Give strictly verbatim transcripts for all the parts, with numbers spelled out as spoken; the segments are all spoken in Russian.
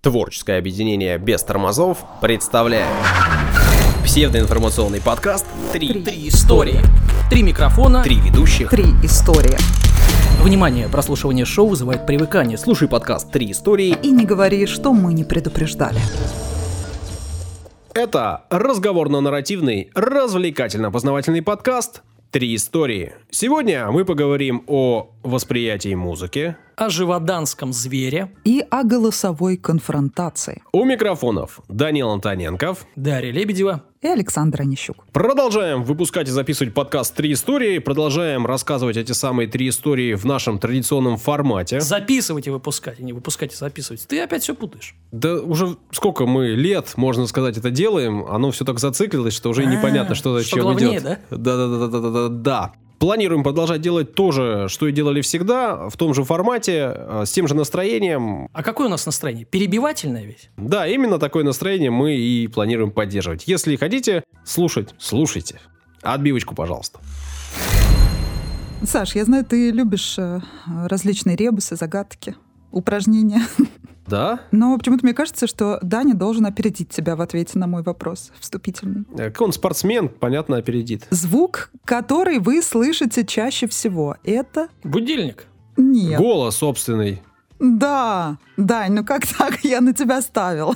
Творческое объединение «Без тормозов» представляет псевдоинформационный подкаст «Три, Три истории». Три микрофона. Три ведущих. Три истории. Внимание, прослушивание шоу вызывает привыкание. Слушай подкаст «Три истории». И не говори, что мы не предупреждали. Это разговорно-нарративный, развлекательно-познавательный подкаст «Три истории». Сегодня мы поговорим о восприятии музыки, О живоданском звере. И о голосовой конфронтации. у микрофонов Данил Антоненков, Дарья Лебедева. И Александр Онищук. Продолжаем выпускать и записывать подкаст «Три истории». Продолжаем рассказывать эти самые три истории в нашем традиционном формате. Записывать и выпускать, и не выпускать и записывать. Ты опять все путаешь. Да уже сколько мы лет, можно сказать, это делаем. Оно все так зациклилось, что уже непонятно, что зачем главнее, идет. да? Да-да-да-да-да-да. Планируем продолжать делать то же, что и делали всегда, в том же формате, с тем же настроением. А какое у нас настроение? Перебивательное ведь? Да, именно такое настроение мы и планируем поддерживать. Если хотите слушать, слушайте. Отбивочку, пожалуйста. Саш, я знаю, ты любишь э, различные ребусы, загадки, упражнения. Да? Но почему-то мне кажется, что Даня должен опередить тебя в ответе на мой вопрос вступительный. Как он спортсмен, понятно, опередит. Звук, который вы слышите чаще всего, это... Будильник. Нет. Голос собственный. Да, Дань, ну как так? Я на тебя ставил.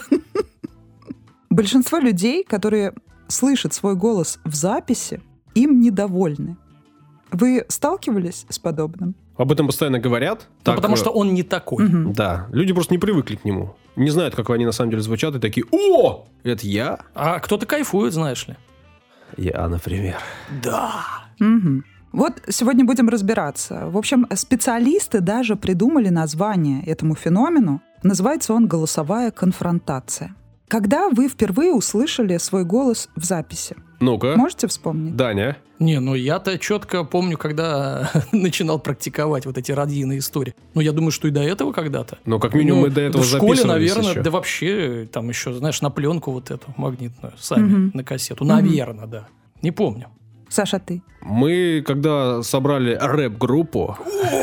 Большинство людей, которые слышат свой голос в записи, им недовольны. Вы сталкивались с подобным? Об этом постоянно говорят. Ну, Так, потому что он не такой. Мгм. Да, люди просто не привыкли к нему. Не знают, как они на самом деле звучат, и такие: «О, это я?» А кто-то кайфует, знаешь ли. Я, например. Да. Мгм. Вот сегодня будем разбираться. В общем, специалисты даже придумали название этому феномену. Называется он «голосовая конфронтация». Когда вы впервые услышали свой голос в записи? Ну-ка, Можете вспомнить? Даня. Не, ну я-то четко помню, когда начинал практиковать вот эти радийные истории. Ну, я думаю, что и до этого когда-то. Ну, как минимум, Ну, мы до этого в школе, записывались наверное, еще. да вообще, там еще, знаешь, на пленку вот эту магнитную, сами, Мгм. на кассету. Наверное, да. Не помню. Саша, ты? Мы, когда собрали рэп-группу,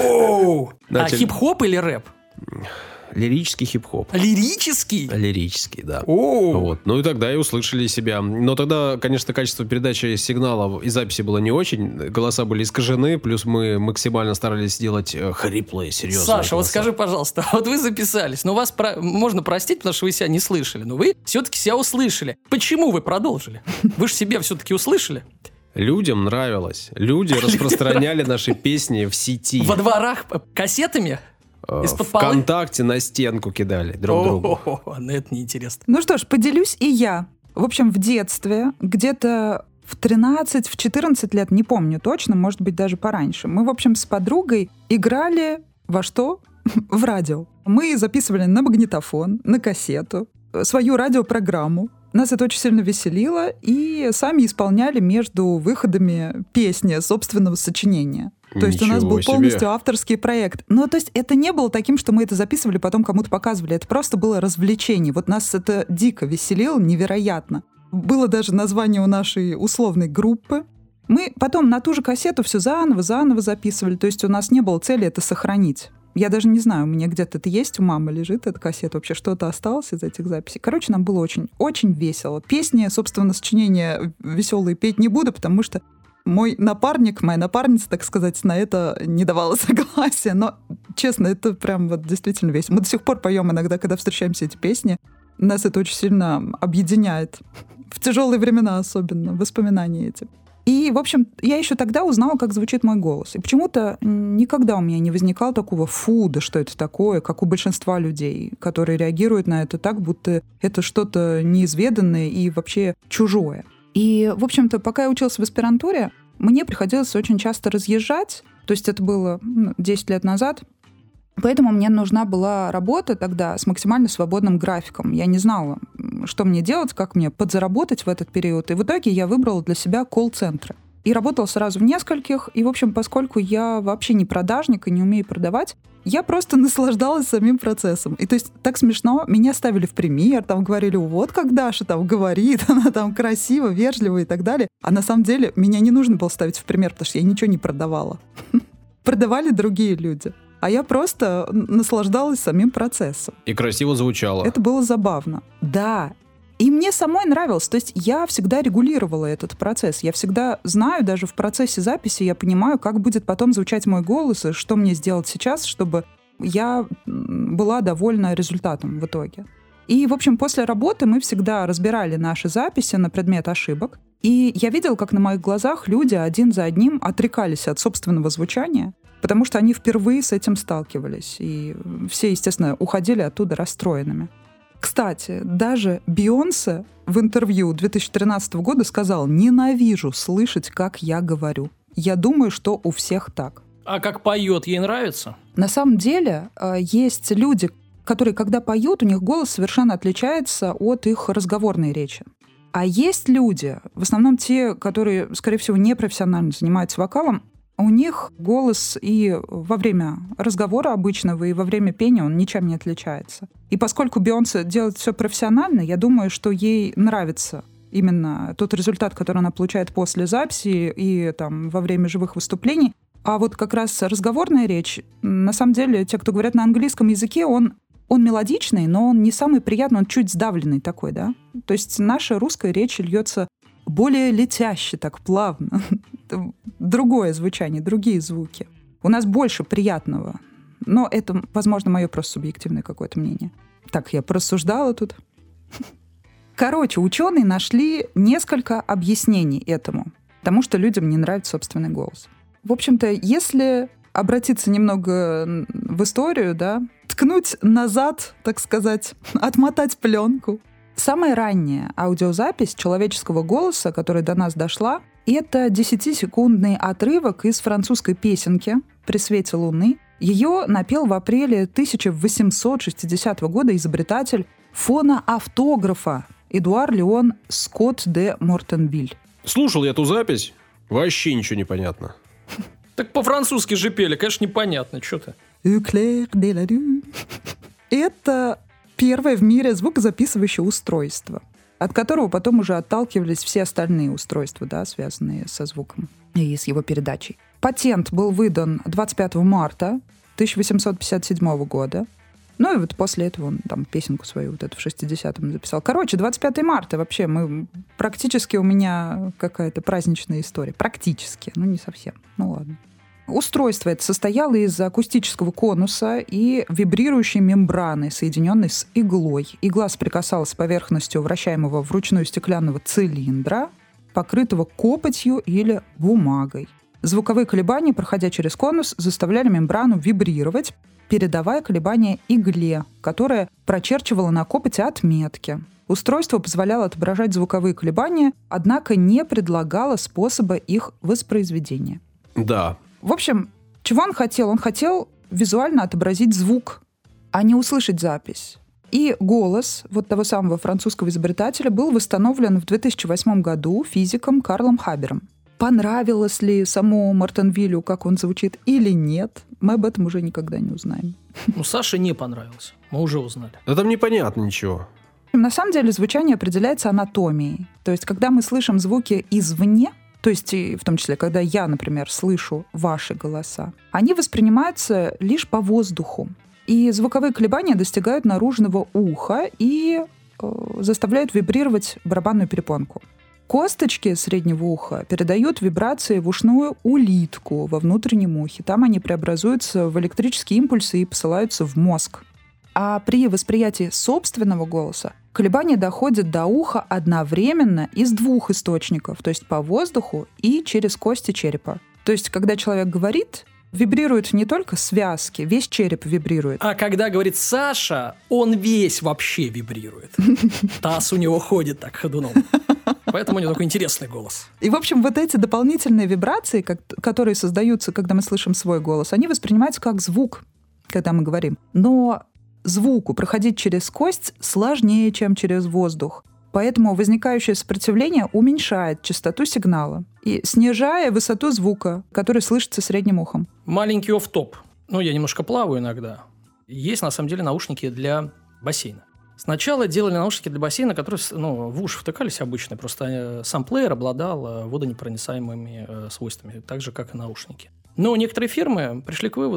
А начали- хип-хоп или рэп? лирический хип-хоп. Лирический? Лирический, да. О, Вот. Ну и тогда и услышали себя. Но тогда, конечно, качество передачи сигналов и записи было не очень. Голоса были искажены, плюс мы максимально старались сделать э, хриплые, серьезные Саша, вот голоса. скажи, пожалуйста, вот вы записались, но вас про- можно простить, потому что вы себя не слышали, но вы все-таки себя услышали. Почему вы продолжили? Вы же себя все-таки услышали? Людям нравилось. Люди распространяли наши песни в сети. Во дворах э, кассетами? Э, из-под полы? ВКонтакте на стенку кидали друг другу. О, ну это неинтересно. Ну что ж, поделюсь и я. В общем, в детстве, где-то в тринадцать-четырнадцать лет, не помню точно, может быть, даже пораньше, мы, в общем, с подругой играли во что? В радио. Мы записывали на магнитофон, на кассету свою радиопрограмму. Нас это очень сильно веселило, и сами исполняли между выходами песни собственного сочинения. То есть у нас Ничего был себе. полностью авторский проект. Ну, то есть это не было таким, что мы это записывали, потом кому-то показывали. Это просто было развлечение. Вот нас это дико веселило, невероятно. Было даже название у нашей условной группы. Мы потом на ту же кассету все заново, заново записывали. То есть у нас не было цели это сохранить. Я даже не знаю, у меня где-то это есть, у мамы лежит эта кассета, вообще что-то осталось из этих записей. Короче, нам было очень, очень весело. Песни, собственно, сочинения веселые петь не буду, потому что мой напарник, моя напарница, так сказать, на это не давала согласия. Но, честно, это прям вот действительно весело. Мы до сих пор поем иногда, когда встречаемся эти песни. Нас это очень сильно объединяет. В тяжелые времена особенно, воспоминания эти. И, в общем, я еще тогда узнала, как звучит мой голос. И почему-то никогда у меня не возникало такого «фу, да что это такое», как у большинства людей, которые реагируют на это так, будто это что-то неизведанное и вообще чужое. И, в общем-то, пока я училась в аспирантуре, мне приходилось очень часто разъезжать. То есть это было ну, десять лет назад. Поэтому мне нужна была работа тогда с максимально свободным графиком. Я не знала, что мне делать, как мне подзаработать в этот период. И в итоге я выбрала для себя колл-центры. И работала сразу в нескольких. И, в общем, поскольку я вообще не продажник и не умею продавать, я просто наслаждалась самим процессом. И то есть так смешно, меня ставили в пример, там говорили, вот как Даша там говорит, она там красиво, вежливо и так далее. А на самом деле меня не нужно было ставить в пример, потому что я ничего не продавала. Продавали другие люди. А я просто наслаждалась самим процессом. И красиво звучало. Это было забавно. Да. И мне самой нравилось. То есть я всегда регулировала этот процесс. Я всегда знаю, даже в процессе записи я понимаю, как будет потом звучать мой голос, и что мне сделать сейчас, чтобы я была довольна результатом в итоге. И, в общем, после работы мы всегда разбирали наши записи на предмет ошибок. И я видела, как на моих глазах люди один за одним отрекались от собственного звучания, потому что они впервые с этим сталкивались. И все, естественно, уходили оттуда расстроенными. Кстати, даже Бейонсе в интервью две тысячи тринадцатого года сказал: «Ненавижу слышать, как я говорю. Я думаю, что у всех так». А как поет, ей нравится? На самом деле есть люди, которые, когда поют, у них голос совершенно отличается от их разговорной речи. А есть люди, в основном те, которые, скорее всего, непрофессионально занимаются вокалом, у них голос и во время разговора обычного, и во время пения он ничем не отличается. И поскольку Бейонсе делает все профессионально, я думаю, что ей нравится именно тот результат, который она получает после записи и там, во время живых выступлений. А вот как раз разговорная речь, на самом деле, те, кто говорят на английском языке, он, он мелодичный, но он не самый приятный, он чуть сдавленный такой, да? То есть наша русская речь льется более летяще, так плавно. Другое звучание, другие звуки. У нас больше приятного. Но это, возможно, мое просто субъективное какое-то мнение. Так, я порассуждала тут. Короче, ученые нашли несколько объяснений этому, потому что людям не нравится собственный голос. В общем-то, если обратиться немного в историю, да, ткнуть назад, так сказать, отмотать пленку. Самая ранняя аудиозапись человеческого голоса, которая до нас дошла, это десятисекундный отрывок из французской песенки «При свете луны». Ее напел в апреле тысяча восемьсот шестидесятого года изобретатель фоноавтографа Эдуар Леон Скотт де Мортенвиль. Слушал я ту запись, вообще ничего не понятно. Так по-французски же пели, конечно, непонятно, что ты. «Éclair de la rue». Это первое в мире звукозаписывающее устройство, от которого потом уже отталкивались все остальные устройства, да, связанные со звуком и с его передачей. Патент был выдан двадцать пятого марта тысяча восемьсот пятьдесят седьмого года. Ну и вот после этого он там песенку свою вот эту в шестидесятом записал. Короче, двадцать пятого марта вообще мы практически у меня какая-то праздничная история. Практически, ну не совсем. Ну ладно. Устройство это состояло из акустического конуса и вибрирующей мембраны, соединенной с иглой. Игла соприкасалась с поверхностью вращаемого вручную стеклянного цилиндра, покрытого копотью или бумагой. Звуковые колебания, проходя через конус, заставляли мембрану вибрировать, передавая колебания игле, которая прочерчивала на копоти отметки. Устройство позволяло отображать звуковые колебания, однако не предлагало способа их воспроизведения. Да. В общем, чего он хотел? Он хотел визуально отобразить звук, а не услышать запись. И голос вот того самого французского изобретателя был восстановлен в две тысячи восьмом году физиком Карлом Хабером. Понравилось ли самому Мортенвилю, как он звучит, или нет, мы об этом уже никогда не узнаем. Ну, Саше не понравился. Мы уже узнали. Да там непонятно ничего. На самом деле звучание определяется анатомией. То есть, когда мы слышим звуки извне, то есть, в том числе, когда я, например, слышу ваши голоса, они воспринимаются лишь по воздуху. И звуковые колебания достигают наружного уха и э, заставляют вибрировать барабанную перепонку. Косточки среднего уха передают вибрации в ушную улитку во внутреннем ухе. Там они преобразуются в электрические импульсы и посылаются в мозг. А при восприятии собственного голоса колебания доходят до уха одновременно из двух источников, то есть по воздуху и через кости черепа. То есть, когда человек говорит, вибрируют не только связки, весь череп вибрирует. А когда говорит Саша, он весь вообще вибрирует. Таз у него ходит так ходуном. Поэтому у него такой интересный голос. И, в общем, вот эти дополнительные вибрации, как, которые создаются, когда мы слышим свой голос, они воспринимаются как звук, когда мы говорим. Но звуку проходить через кость сложнее, чем через воздух. Поэтому возникающее сопротивление уменьшает частоту сигнала и снижая высоту звука, который слышится средним ухом. Маленький офф-топ. Ну, я немножко плаваю иногда. Есть, на самом деле, наушники для бассейна. Сначала делали наушники для бассейна, которые, ну, в уши втыкались обычно. Просто сам плеер обладал водонепроницаемыми свойствами, так же, как и наушники. Но некоторые фирмы пришли к выводу,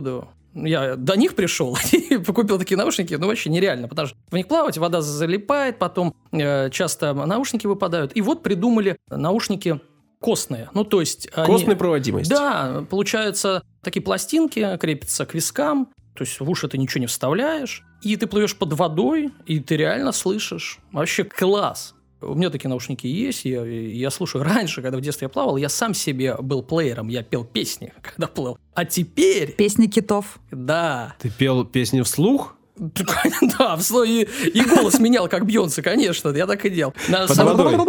Я до них пришел и покупил такие наушники, ну, вообще нереально, потому что в них плавать, вода залипает, потом э, часто наушники выпадают. И вот придумали наушники костные. Ну, то есть... Костная они, проводимость. Да, получаются такие пластинки, крепятся к вискам, то есть в уши ты ничего не вставляешь, и ты плывешь под водой, и ты реально слышишь. Вообще класс. У меня такие наушники есть, я, я слушаю. Раньше, когда в детстве я плавал, я сам себе был плеером, я пел песни, когда плыл. А теперь... Песни китов. Да. Ты пел песни вслух? Да, и, и голос менял, как Бьонсе, конечно, я так и делал. На Под самом... водой?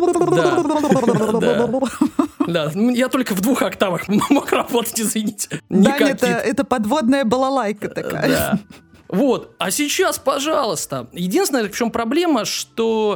Да, да, да. Я только в двух октавах мог работать, извините. Да, это, это подводная балалайка такая. Да. Вот, а сейчас, пожалуйста. Единственная, в чем проблема, что...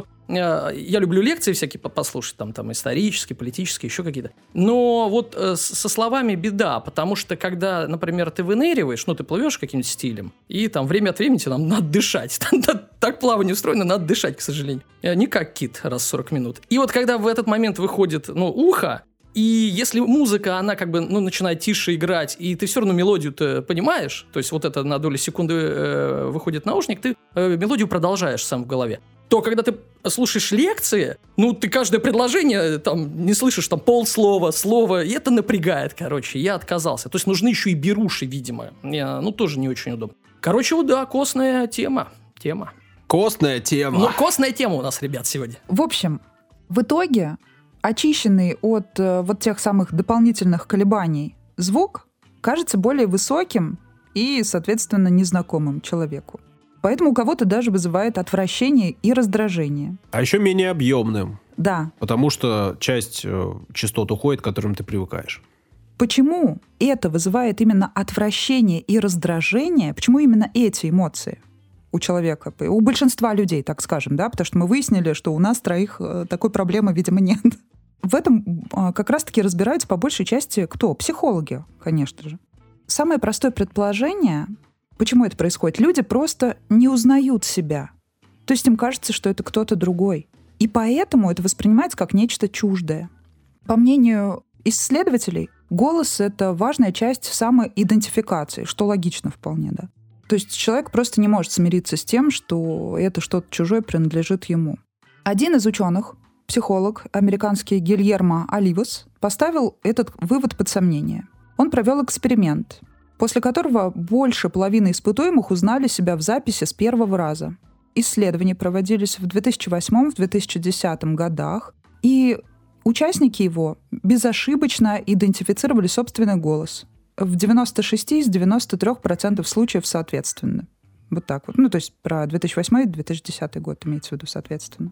Я люблю лекции всякие послушать, там, там исторические, политические, еще какие-то. Но вот э, со словами беда, потому что когда, например, ты выныриваешь, ну, ты плывешь каким-нибудь стилем, и там время от времени тебе нам надо дышать. Так плавание устроено, надо дышать, к сожалению. Не как кит раз в сорок минут. И вот когда в этот момент выходит, ну, ухо, и если музыка, она как бы, ну, начинает тише играть, и ты все равно мелодию-то понимаешь, то есть вот это на долю секунды э, выходит наушник, ты э, мелодию продолжаешь сам в голове. То, когда ты слушаешь лекции, ну, ты каждое предложение там не слышишь, там, полслова, слово, и это напрягает, короче, я отказался. То есть нужны еще и беруши, видимо. Я, ну, тоже не очень удобно. Короче, вот, да, костная тема. Тема. Костная тема. Ну, костная тема у нас, ребят, сегодня. В общем, в итоге, очищенный от э, вот тех самых дополнительных колебаний звук кажется более высоким и, соответственно, незнакомым человеку. Поэтому у кого-то даже вызывает отвращение и раздражение. А еще менее объемным. Да. Потому что часть э, частот уходит, к которым ты привыкаешь. Почему это вызывает именно отвращение и раздражение? Почему именно эти эмоции у человека? У большинства людей, так скажем, да? Потому что мы выяснили, что у нас троих такой проблемы, видимо, нет. В этом как раз-таки разбираются по большей части кто? Психологи, конечно же. Самое простое предположение... Почему это происходит? Люди просто не узнают себя. То есть им кажется, что это кто-то другой. И поэтому это воспринимается как нечто чуждое. По мнению исследователей, голос — это важная часть самоидентификации, что логично вполне, да. То есть человек просто не может смириться с тем, что это что-то чужое принадлежит ему. Один из ученых, психолог, американский Гильермо Оливас, поставил этот вывод под сомнение. Он провел эксперимент, после которого больше половины испытуемых узнали себя в записи с первого раза. Исследования проводились в две тысячи восьмом — две тысячи десятом годах, и участники его безошибочно идентифицировали собственный голос в девяноста шести из девяноста трёх процентов случаев соответственно. Вот так вот. Ну, то есть про две тысячи восьмой — две тысячи десятый год имеется в виду соответственно.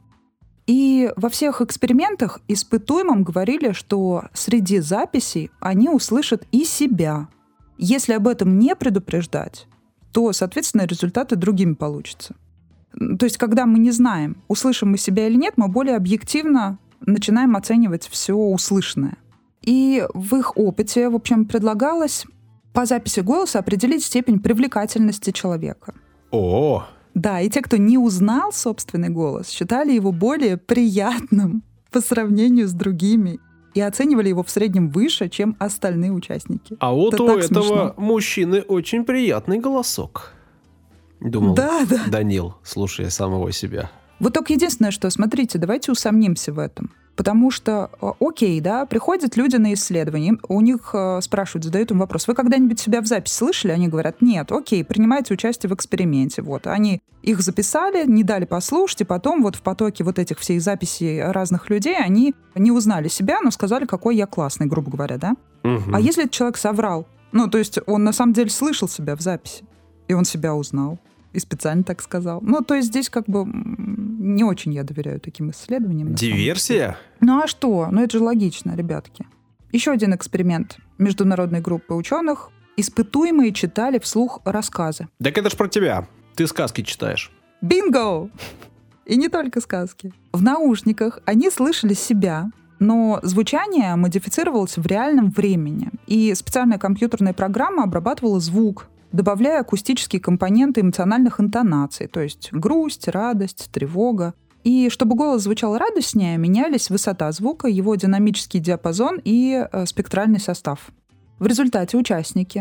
И во всех экспериментах испытуемым говорили, что среди записей они услышат и себя. Если об этом не предупреждать, то, соответственно, результаты другими получатся. То есть, когда мы не знаем, услышим мы себя или нет, мы более объективно начинаем оценивать все услышанное. И в их опыте, в общем, предлагалось по записи голоса определить степень привлекательности человека. О! Да, и те, кто не узнал собственный голос, считали его более приятным по сравнению с другими и оценивали его в среднем выше, чем остальные участники. А вот это у этого смешно. мужчины очень приятный голосок. Думал да, да. Данил, слушая самого себя. Вот только единственное, что, смотрите, давайте усомнимся в этом. Потому что, окей, да, приходят люди на исследование, у них э, спрашивают, задают им вопрос: вы когда-нибудь себя в записи слышали? Они говорят: нет, окей, принимайте участие в эксперименте. Вот. Они их записали, не дали послушать, и потом вот в потоке вот этих всех записей разных людей они не узнали себя, но сказали, какой я классный, грубо говоря, да? Угу. А если этот человек соврал? Ну, то есть он на самом деле слышал себя в записи, и он себя узнал, и специально так сказал. Ну, то есть здесь как бы не очень я доверяю таким исследованиям. Диверсия? Ну а что? Ну это же логично, ребятки. Еще один эксперимент международной группы ученых. Испытуемые читали вслух рассказы. Так это ж про тебя. Ты сказки читаешь. Бинго! И не только сказки. В наушниках они слышали себя, но звучание модифицировалось в реальном времени. И специальная компьютерная программа обрабатывала звук, добавляя акустические компоненты эмоциональных интонаций, то есть грусть, радость, тревога. И чтобы голос звучал радостнее, менялись высота звука, его динамический диапазон и э, спектральный состав. В результате участники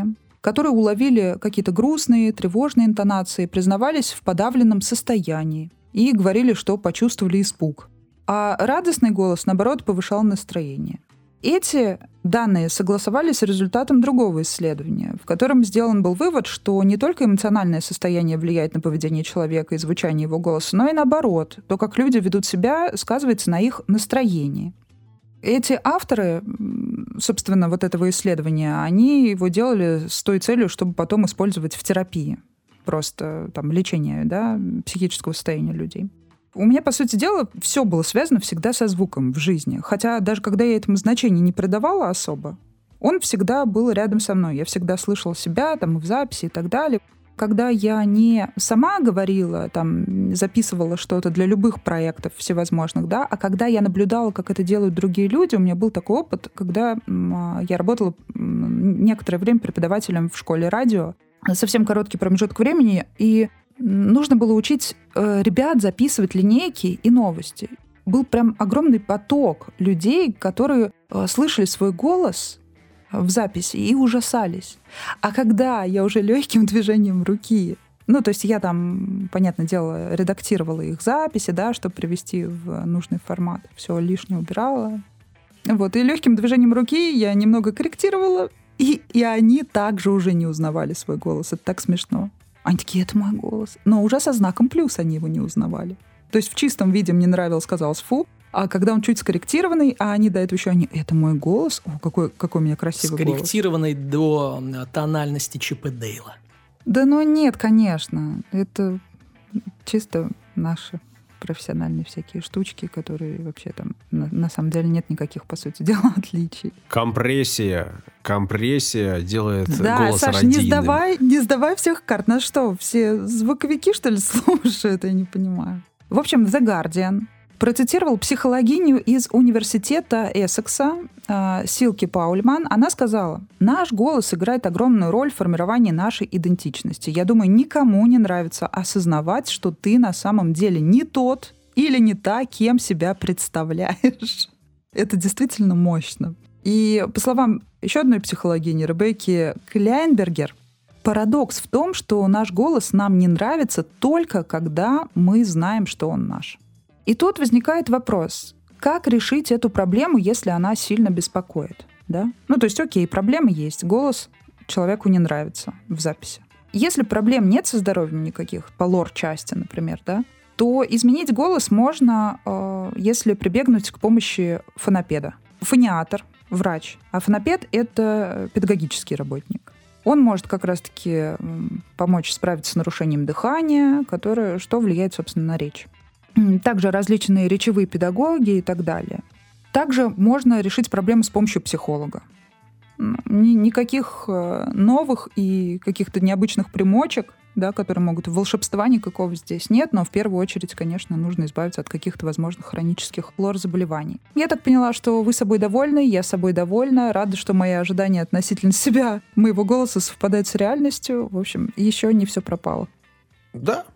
которые уловили какие-то грустные, тревожные интонации, признавались в подавленном состоянии и говорили, что почувствовали испуг. А радостный голос, наоборот, повышал настроение. Эти данные согласовались с результатом другого исследования, в котором сделан был вывод, что не только эмоциональное состояние влияет на поведение человека и звучание его голоса, но и наоборот. То, как люди ведут себя, сказывается на их настроении. Эти авторы, собственно, вот этого исследования, они его делали с той целью, чтобы потом использовать в терапии. Просто там лечение, да, психического состояния людей. У меня, по сути дела, все было связано всегда со звуком в жизни. Хотя даже когда я этому значения не придавала особо, он всегда был рядом со мной. Я всегда слышала себя там в записи и так далее. Когда я не сама говорила, там, записывала что-то для любых проектов всевозможных, да, а когда я наблюдала, как это делают другие люди, у меня был такой опыт, когда я работала некоторое время преподавателем в школе радио, совсем короткий промежуток времени, и нужно было учить э, ребят записывать линейки и новости. Был прям огромный поток людей, которые э, слышали свой голос в записи и ужасались. А когда я уже легким движением руки, ну, то есть я там, понятное дело, редактировала их записи, да, чтобы привести в нужный формат, все лишнее убирала. Вот, и легким движением руки я немного корректировала, и, и они также уже не узнавали свой голос. Это так смешно. Они такие, это мой голос. Но уже со знаком плюс они его не узнавали. То есть в чистом виде мне нравилось, казалось, фу. А когда он чуть скорректированный, а они до этого еще, они, это мой голос? О, какой, какой у меня красивый голос. Скорректированный до тональности Чипа Дейла. Да ну нет, конечно. Это чисто наши профессиональные всякие штучки, которые вообще там на, на самом деле нет никаких, по сути дела, отличий. Компрессия. Компрессия делает да, голос Саш, родийным. не сдавай, не сдавай всех карт. На что, все звуковики, что ли, слушают? Я не понимаю. В общем, The Guardian процитировал психологиню из университета Эссекса Силки Паульман. Она сказала, наш голос играет огромную роль в формировании нашей идентичности. Я думаю, никому не нравится осознавать, что ты на самом деле не тот или не та, кем себя представляешь. Это действительно мощно. И по словам еще одной психологини, Ребекки Кляйнбергер, парадокс в том, что наш голос нам не нравится только когда мы знаем, что он наш. И тут возникает вопрос, как решить эту проблему, если она сильно беспокоит? Да? Ну, то есть, окей, проблемы есть, голос человеку не нравится в записи. Если проблем нет со здоровьем никаких, по лор-части, например, да, то изменить голос можно, э, если прибегнуть к помощи фонопеда. Фониатор, врач, а фонопед — это педагогический работник. Он может как раз-таки помочь справиться с нарушением дыхания, которое, что влияет, собственно, на речь. Также различные речевые педагоги и так далее. Также можно решить проблему с помощью психолога. Никаких новых и каких-то необычных примочек, да, которые могут... Волшебства никакого здесь нет, но в первую очередь, конечно, нужно избавиться от каких-то возможных хронических лор-заболеваний. Я так поняла, что вы собой довольны, я собой довольна, рада, что мои ожидания относительно себя, моего голоса совпадают с реальностью. В общем, еще не все пропало. Да.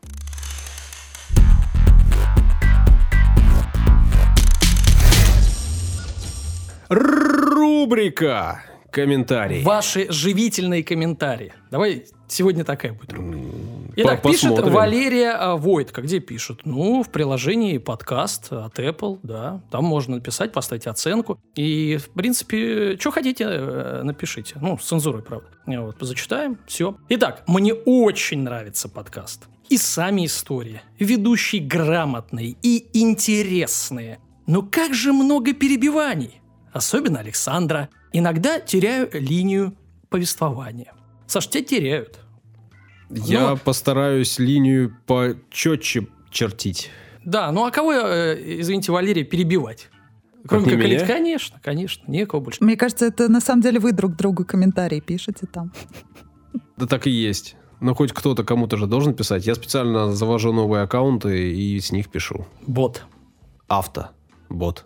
Рубрика «Комментарии». Ваши живительные комментарии. Давай, сегодня такая будет рубрика. Итак, Посмотрим. пишет Валерия Войтко. Где пишут? Ну, в приложении подкаст от Apple, да. Там можно написать, поставить оценку. И, в принципе, что хотите, напишите. Ну, с цензурой, правда. Вот, зачитаем, все. Итак, мне очень нравится подкаст. И сами истории. Ведущие грамотные и интересные. Но как же много перебиваний. Особенно Александра. Иногда теряю линию повествования. Саш, тебя теряют. Я ну, постараюсь линию почетче чертить. Да, ну а кого, извините, Валерия, перебивать? Кроме как Александра? Конечно, конечно, некого больше. Мне кажется, это на самом деле вы друг другу комментарии пишете там. Да так и есть. Но хоть кто-то кому-то же должен писать. Я специально завожу новые аккаунты и с них пишу. Бот. Авто. Бот.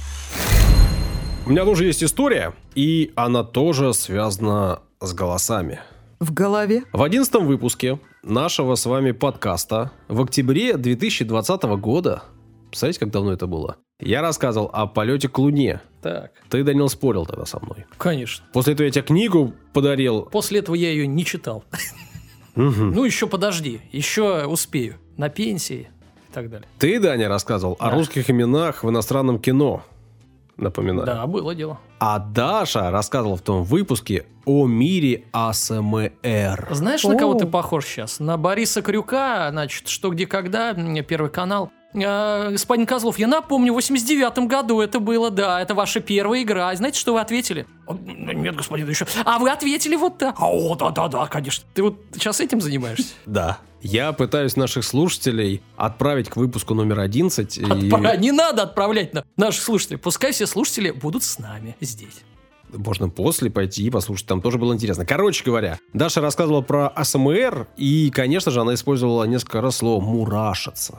У меня тоже есть история, и она тоже связана с голосами. В голове? В одиннадцатом выпуске нашего с вами подкаста в октябре две тысячи двадцатого года Представляете, как давно это было? Я рассказывал о полете к Луне. Так. Ты, Данил, спорил тогда со мной. Конечно. После этого я тебе книгу подарил. После этого я ее не читал. Ну, еще подожди. Еще успею. На пенсии и так далее. Ты, Даня, рассказывал о русских именах в иностранном кино. Напоминаю. Да, было дело. А Даша рассказывала в том выпуске о мире АСМР. Знаешь, на кого ты похож сейчас? На Бориса Крюка, значит, «Что, где, когда», Первый канал. А, господин Козлов, я напомню, в восемьдесят девятом году это было, да, это ваша первая игра. Знаете, что вы ответили? Нет, господин, еще. А вы ответили вот так. О, да-да-да, конечно. Ты вот сейчас этим занимаешься? Да. Я пытаюсь наших слушателей отправить к выпуску номер одиннадцать. Отправ... И... Не надо отправлять на наших слушателей. Пускай все слушатели будут с нами здесь. Можно после пойти и послушать, там тоже было интересно. Короче говоря, Даша рассказывала про АСМР, и, конечно же, она использовала несколько раз слово «мурашиться».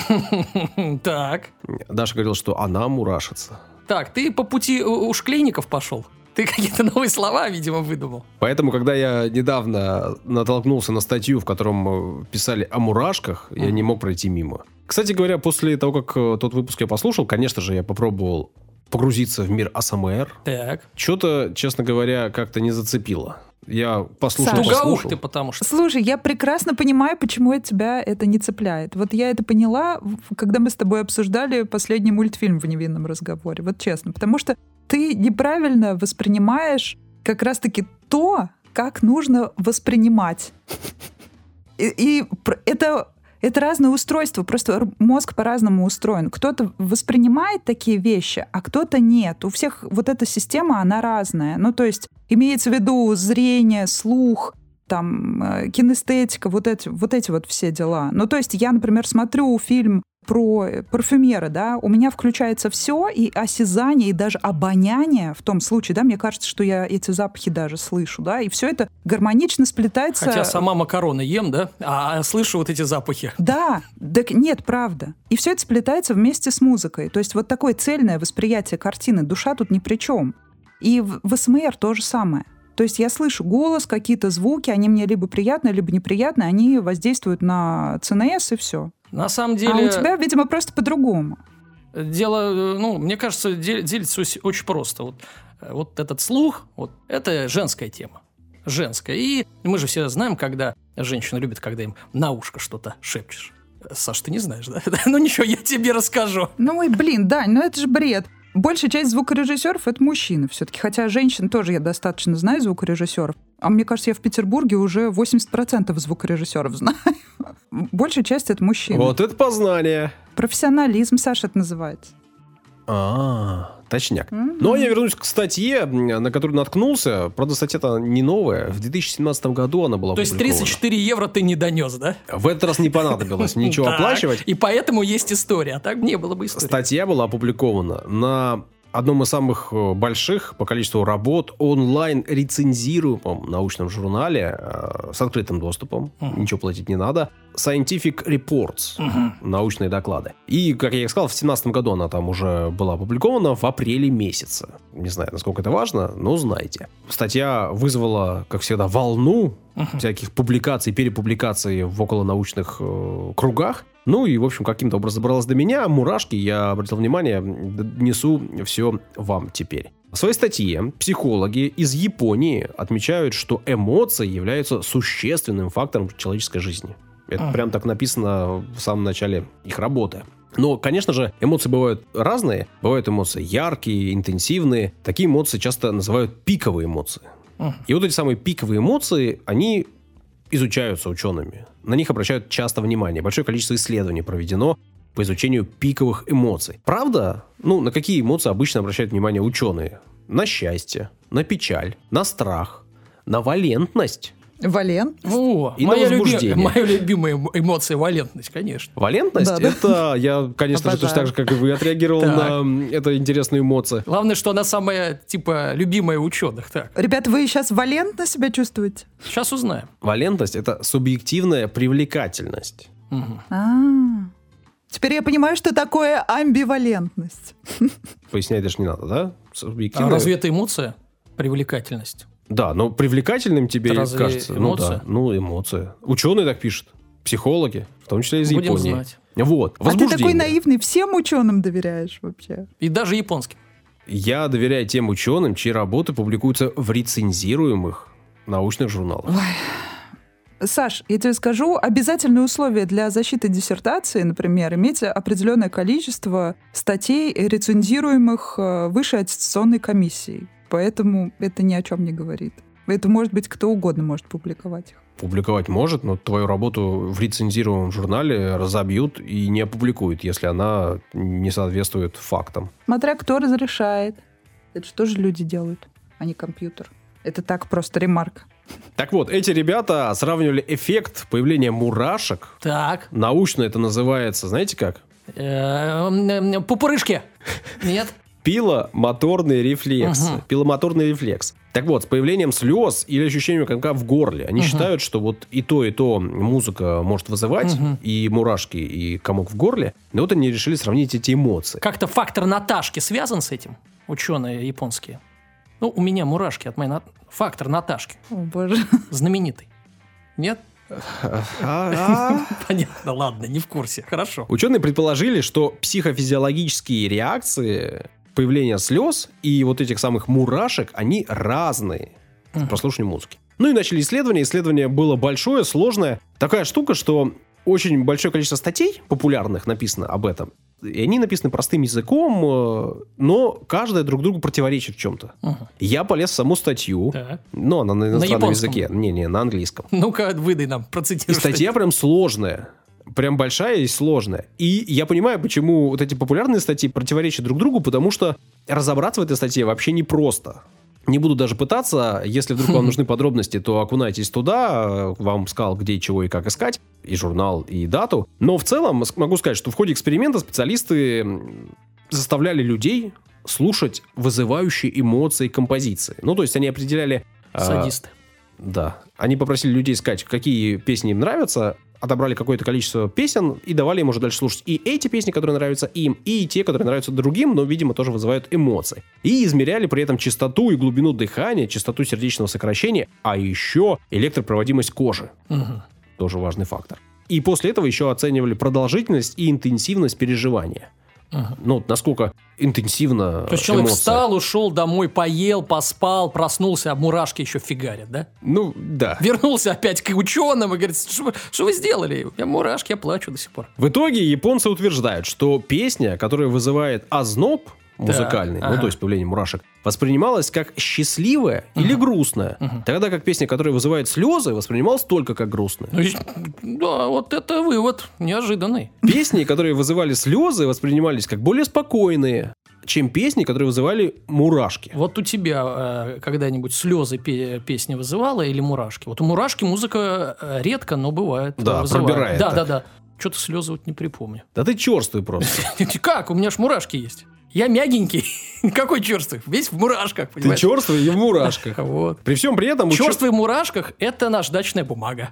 Так. Даша говорила, что она мурашится. Так, ты по пути ушклейников пошел? Ты какие-то новые слова, видимо, выдумал. Поэтому, когда я недавно натолкнулся на статью, в котором писали о мурашках, я не мог пройти мимо. Кстати говоря, после того, как тот выпуск я послушал, конечно же, я попробовал погрузиться в мир АСМР. Так. Что-то, честно говоря, как-то не зацепило. Я послушал, Саша, послушал. Тугоух ты, потому что... Слушай, я прекрасно понимаю, почему от тебя это не цепляет. Вот я это поняла, когда мы с тобой обсуждали последний мультфильм в «Невинном разговоре». Вот честно. Потому что ты неправильно воспринимаешь как раз-таки то, как нужно воспринимать. И, и это... Это разное устройство, просто мозг по-разному устроен. Кто-то воспринимает такие вещи, а кто-то нет. У всех вот эта система, она разная. Ну, то есть имеется в виду зрение, слух, там, кинестетика, вот эти, вот эти вот все дела. Ну, то есть я, например, смотрю фильм про парфюмера, да, у меня включается все, и осязание, и даже обоняние в том случае, да, мне кажется, что я эти запахи даже слышу, да, и все это гармонично сплетается. Хотя сама макароны ем, да, а слышу вот эти запахи. Да, так нет, правда. И все это сплетается вместе с музыкой. То есть вот такое цельное восприятие картины, душа тут ни при чем. И в, в АСМР то же самое. То есть я слышу голос, какие-то звуки, они мне либо приятны, либо неприятны, они воздействуют на ЦНС и все. На самом деле... А у тебя, видимо, просто по-другому. Дело, ну, мне кажется, делится очень просто. Вот, вот этот слух, вот, это женская тема. Женская. И мы же все знаем, когда женщина любит, когда им на ушко что-то шепчешь. Саш, ты не знаешь, да? Ну ничего, я тебе расскажу. Ну и блин, Дань, ну это же бред. Большая часть звукорежиссеров — это мужчины все-таки. Хотя женщин тоже я достаточно знаю, звукорежиссеров. А мне кажется, я в Петербурге уже восемьдесят процентов звукорежиссеров знаю. Большая часть — это мужчины. Вот это познание. Профессионализм, Саша, это называется. А, точняк. Mm-hmm. Но я вернусь к статье, на которую наткнулся. Правда, статья-то не новая. В две тысячи семнадцатом году она была опубликована. То есть тридцать четыре евро ты не донес, да? В этот раз не понадобилось ничего оплачивать. И поэтому есть история. А так не было бы истории. Статья была опубликована на одном из самых больших по количеству работ онлайн-рецензируемом научном журнале э, с открытым доступом. Uh-huh. Ничего платить не надо. Scientific Reports. Uh-huh. Научные доклады. И, как я и сказал, в две тысячи семнадцатом году она там уже была опубликована в апреле месяце. Не знаю, насколько это важно, но знаете. Статья вызвала, как всегда, волну uh-huh. всяких публикаций, перепубликаций в околонаучных э, кругах. Ну и, в общем, каким-то образом добралась до меня. Мурашки, я обратил внимание, несу все вам теперь. В своей статье психологи из Японии отмечают, что эмоции являются существенным фактором человеческой жизни. Это а. прям так написано в самом начале их работы. Но, конечно же, эмоции бывают разные. Бывают эмоции яркие, интенсивные. Такие эмоции часто называют пиковые эмоции. А. И вот эти самые пиковые эмоции, они изучаются учеными. На них обращают часто внимание. Большое количество исследований проведено по изучению пиковых эмоций. Правда? Ну, на какие эмоции обычно обращают внимание ученые? На счастье, на печаль, на страх, на валентность. Валент? О, и моя, на люби... моя любимая эмоция — валентность, конечно. Валентность? Да, это да. Я, конечно же, точно так же, как и вы, отреагировал так. на эту интересную эмоцию. Главное, что она самая, типа, любимая ученых. Так. Ребята, вы сейчас валентно себя чувствуете? Сейчас узнаем. Валентность — это субъективная привлекательность. Угу. А-а-а. Теперь я понимаю, что такое амбивалентность. Пояснять даже не надо, да? Субъективная... А разве это эмоция? Привлекательность? Да, но привлекательным тебе это разве кажется. Эмоция? Ну да, ну эмоция. Ученые так пишут, психологи, в том числе из Будем Японии. Знать. Вот. А ты такой наивный, всем ученым доверяешь вообще. И даже японским. Я доверяю тем ученым, чьи работы публикуются в рецензируемых научных журналах. Ой. Саш, я тебе скажу, обязательное условие для защиты диссертации, например, иметь определенное количество статей, рецензируемых высшей аттестационной комиссией. Поэтому это ни о чем не говорит. Это, может быть, кто угодно может публиковать их. Публиковать может, но твою работу в рецензируемом журнале разобьют и не опубликуют, если она не соответствует фактам. Смотря кто разрешает. Это что же люди делают, а не компьютер. Это так просто ремарка. Так вот, эти ребята сравнивали эффект появления мурашек. Так. Научно это называется, знаете как? Пупырышки. Нет? Пиломоторный рефлекс. Угу. Пиломоторный рефлекс. Так вот, с появлением слез или ощущением комка в горле, они угу. считают, что вот и то, и то музыка может вызывать, угу. и мурашки, и комок в горле. Но вот они решили сравнить эти эмоции. Как-то фактор Наташки связан с этим? Ученые японские. Ну, у меня мурашки от моей на... Фактор Наташки. О, боже. Знаменитый. Нет? Понятно, ладно, не в курсе. Хорошо. Ученые предположили, что психофизиологические реакции появления слез и вот этих самых мурашек, они разные в прослушивании музыки. Ну и начали исследования. Исследование было большое, сложное. Такая штука, что очень большое количество статей популярных написано об этом. И они написаны простым языком, но каждая друг другу противоречит в чем-то. Угу. Я полез в саму статью, да. но она на иностранном на языке. Не-не, на английском. Ну-ка, выдай нам, процитируй. И статья прям сложная. Прям большая и сложная. И я понимаю, почему вот эти популярные статьи противоречат друг другу, потому что разобраться в этой статье вообще непросто. Не буду даже пытаться. Если вдруг вам нужны подробности, то окунайтесь туда. Вам сказал, где, чего и как искать. И журнал, и дату. Но в целом могу сказать, что в ходе эксперимента специалисты заставляли людей слушать вызывающие эмоции композиции. Ну, то есть они определяли... Садисты. А, да. Они попросили людей искать, какие песни им нравятся, отобрали какое-то количество песен и давали им уже дальше слушать и эти песни, которые нравятся им, и те, которые нравятся другим, но, видимо, тоже вызывают эмоции. И измеряли при этом частоту и глубину дыхания, частоту сердечного сокращения, а еще электропроводимость кожи. Угу. Тоже важный фактор. И после этого еще оценивали продолжительность и интенсивность переживания. Ага. Ну, насколько интенсивно. То есть человек встал, ушел домой, поел, поспал, проснулся, а мурашки еще фигарят, да? Ну, да. Вернулся опять к ученым и говорит, что, что вы сделали? Я мурашки, я плачу до сих пор. В итоге японцы утверждают, что песня, которая вызывает озноб музыкальный, да. ну, ага. то есть появление мурашек, воспринималась как счастливая uh-huh. или грустная, uh-huh. тогда как песня, которая вызывает слезы, воспринималась только как грустная. Да, вот это вывод неожиданный. Песни, которые вызывали слезы, воспринимались как более спокойные, чем песни, которые вызывали мурашки. Вот у тебя э, когда-нибудь слезы пе- песни вызывала или мурашки? Вот у мурашки музыка э, редко, но бывает. Да, вызывает. пробирает. Да, да, да. Что-то слезы вот не припомню. Да ты черствый просто. Как? У меня ж мурашки есть. Я мягенький. Какой черствый? Весь в мурашках, понимаешь? Ты черствый и в мурашках. Вот. При всем при этом... Черствый в мурашках – это наждачная бумага.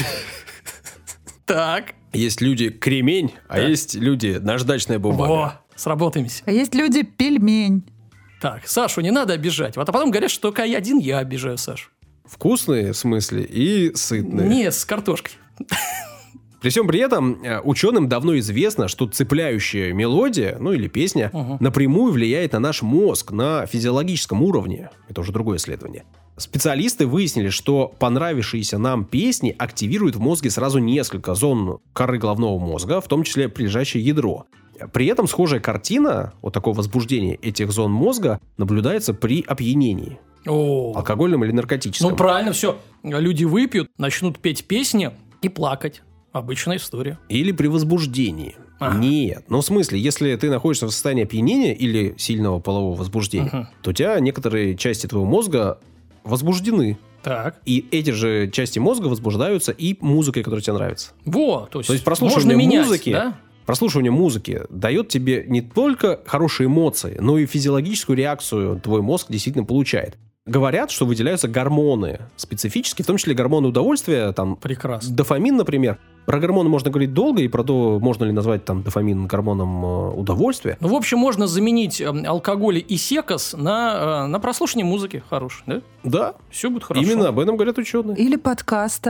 Так. Есть люди кремень, а есть люди наждачная бумага. Во, сработаемся. А есть люди пельмень. Так, Сашу не надо обижать. Вот, а потом говорят, что только я один я обижаю Сашу. Вкусные, в смысле, и сытные. Не, с картошкой. При всем при этом ученым давно известно, что цепляющая мелодия, ну или песня, угу. напрямую влияет на наш мозг на физиологическом уровне. Это уже другое исследование. Специалисты выяснили, что понравившиеся нам песни активируют в мозге сразу несколько зон коры головного мозга, в том числе прилежащее ядро. При этом схожая картина, вот такое возбуждение этих зон мозга, наблюдается при опьянении. О. Алкогольном или наркотическом. Ну правильно, все. Люди выпьют, начнут петь песни и плакать. Обычная история. Или при возбуждении. А. Нет. Ну, в смысле, если ты находишься в состоянии опьянения или сильного полового возбуждения, угу. то у тебя некоторые части твоего мозга возбуждены. Так. И эти же части мозга возбуждаются и музыкой, которая тебе нравится. Во, то есть, то есть прослушивание менять, музыки, да? прослушивание музыки дает тебе не только хорошие эмоции, но и физиологическую реакцию твой мозг действительно получает. Говорят, что выделяются гормоны специфические, в том числе гормоны удовольствия, там, прекрасно. Дофамин, например. Про гормоны можно говорить долго, и про то, можно ли назвать там дофамин гормоном э, удовольствия. Ну, в общем, можно заменить э, алкоголь и секс на, э, на прослушивание музыки хорошей, да? Да. Все будет хорошо. Именно об этом говорят ученые. Или подкаста.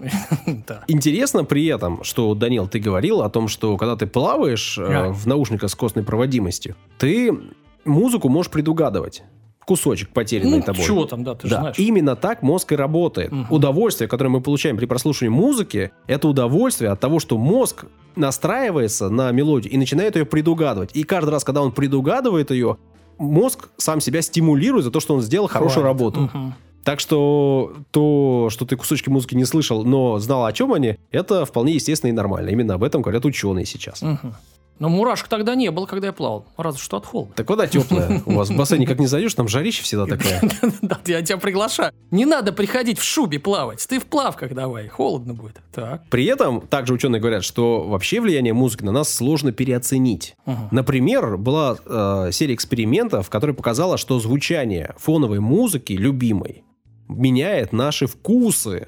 Да. Интересно при этом, что, Данил, ты говорил о том, что когда ты плаваешь Да. э, в наушниках с костной проводимостью, ты музыку можешь предугадывать. Кусочек, потерянный Ну, тобой. чего там, да, ты же Да, знаешь. именно так мозг и работает. Мгм. Удовольствие, которое мы получаем при прослушивании музыки, это удовольствие от того, что мозг настраивается на мелодию и начинает ее предугадывать. И каждый раз, когда он предугадывает ее, мозг сам себя стимулирует за то, что он сделал хорошую Хватит. работу. Мгм. Так что то, что ты кусочки музыки не слышал, но знал, о чем они, это вполне естественно и нормально. Именно об этом говорят ученые сейчас. Мгм. Но мурашек тогда не было, когда я плавал. Разве что от холода. Так вода теплая. У вас в бассейне как не зайдешь, там жарище всегда такая. Да, я тебя приглашаю. Не надо приходить в шубе плавать. Ты в плавках давай. Холодно будет. Так. При этом также ученые говорят, что вообще влияние музыки на нас сложно переоценить. Мгм. Например, была э, серия экспериментов, которая показала, что звучание фоновой музыки любимой меняет наши вкусы.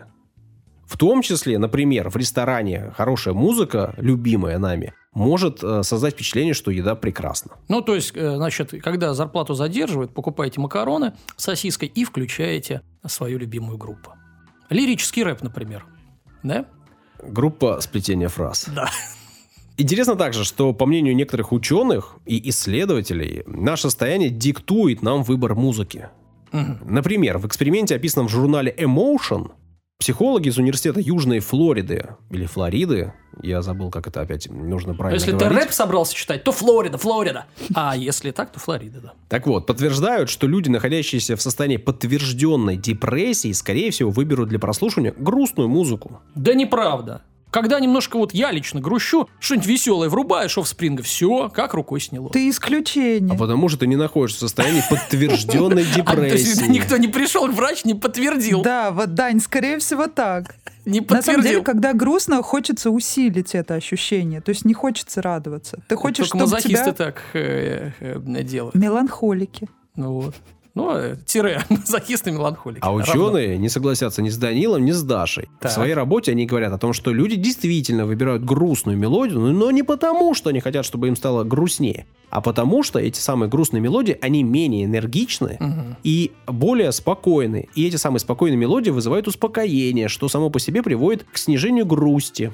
В том числе, например, в ресторане хорошая музыка, любимая нами, может э, создать впечатление, что еда прекрасна. Ну, то есть, э, значит, когда зарплату задерживают, покупаете макароны с сосиской и включаете свою любимую группу. Лирический рэп, например. Да? Группа сплетения фраз. Да. Интересно также, что, по мнению некоторых ученых и исследователей, наше состояние диктует нам выбор музыки. Мгм. Например, в эксперименте, описанном в журнале Emotion, психологи из университета Южной Флориды, или Флориды, я забыл, как это опять нужно правильно Если говорить. ты рэп собрался читать, то Флорида, Флорида. А если так, то Флорида, да. Так вот, подтверждают, что люди, находящиеся в состоянии подтвержденной депрессии, скорее всего, выберут для прослушивания грустную музыку. Да неправда. Когда немножко вот я лично грущу, что-нибудь веселое врубаешь, офспринга, все, как рукой сняло. Ты исключение. А потому что ты не находишься в состоянии подтвержденной А, то есть депрессии. никто не пришел, врач не подтвердил. Да, вот, Дань, скорее всего, так. Не На самом деле, подтвердил. когда грустно, хочется усилить это ощущение. То есть не хочется радоваться. Ты хочешь, Только чтобы мазохисты тебя... так э, э, делают. Меланхолики. Ну вот. Ну, э, тире, мазохисты, меланхолики. А Равно. ученые не согласятся ни с Данилом, ни с Дашей. Так. В своей работе они говорят о том, что люди действительно выбирают грустную мелодию, но не потому, что они хотят, чтобы им стало грустнее, а потому, что эти самые грустные мелодии, они менее энергичны Мгм. и более спокойны. И эти самые спокойные мелодии вызывают успокоение, что само по себе приводит к снижению грусти.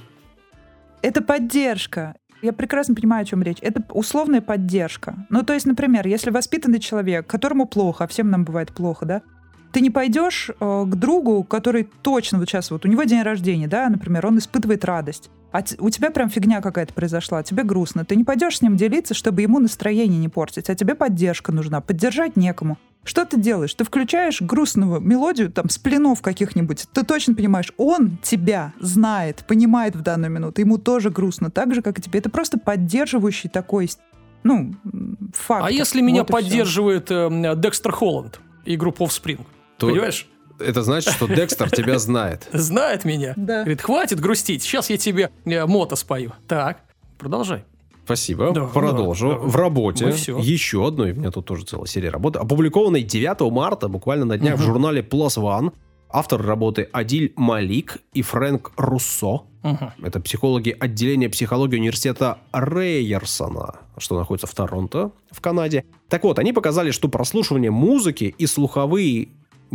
Это поддержка. Я прекрасно понимаю, о чем речь. Это условная поддержка. Ну, то есть, например, если воспитанный человек, которому плохо, а всем нам бывает плохо, да, ты не пойдешь э, к другу, который точно вот сейчас, вот у него день рождения, да, например, он испытывает радость, а т- у тебя прям фигня какая-то произошла, тебе грустно, ты не пойдешь с ним делиться, чтобы ему настроение не портить, а тебе поддержка нужна, поддержать некому. Что ты делаешь? Ты включаешь грустную мелодию, там, с пленов каких-нибудь. Ты точно понимаешь, он тебя знает, понимает в данную минуту. Ему тоже грустно, так же, как и тебе. Это просто поддерживающий такой, ну, фактор. А если меня Вот и всё. поддерживает э, Декстер Холланд и группа Offspring? То Понимаешь? Это значит, что Декстер тебя знает. Знает меня. Да. Говорит, хватит грустить, сейчас я тебе э, мото спою. Так, продолжай. Спасибо. Да, Продолжу. да, да. В работе Мы всё. еще одной, у меня тут тоже целая серия работы, опубликованной девятого марта, буквально на днях, Мгм. в журнале Plus One. Авторы работы Адиль Малик и Фрэнк Руссо. Мгм. Это психологи отделения психологии университета Рейерсона, что находится в Торонто, в Канаде. Так вот, они показали, что прослушивание музыки и слуховые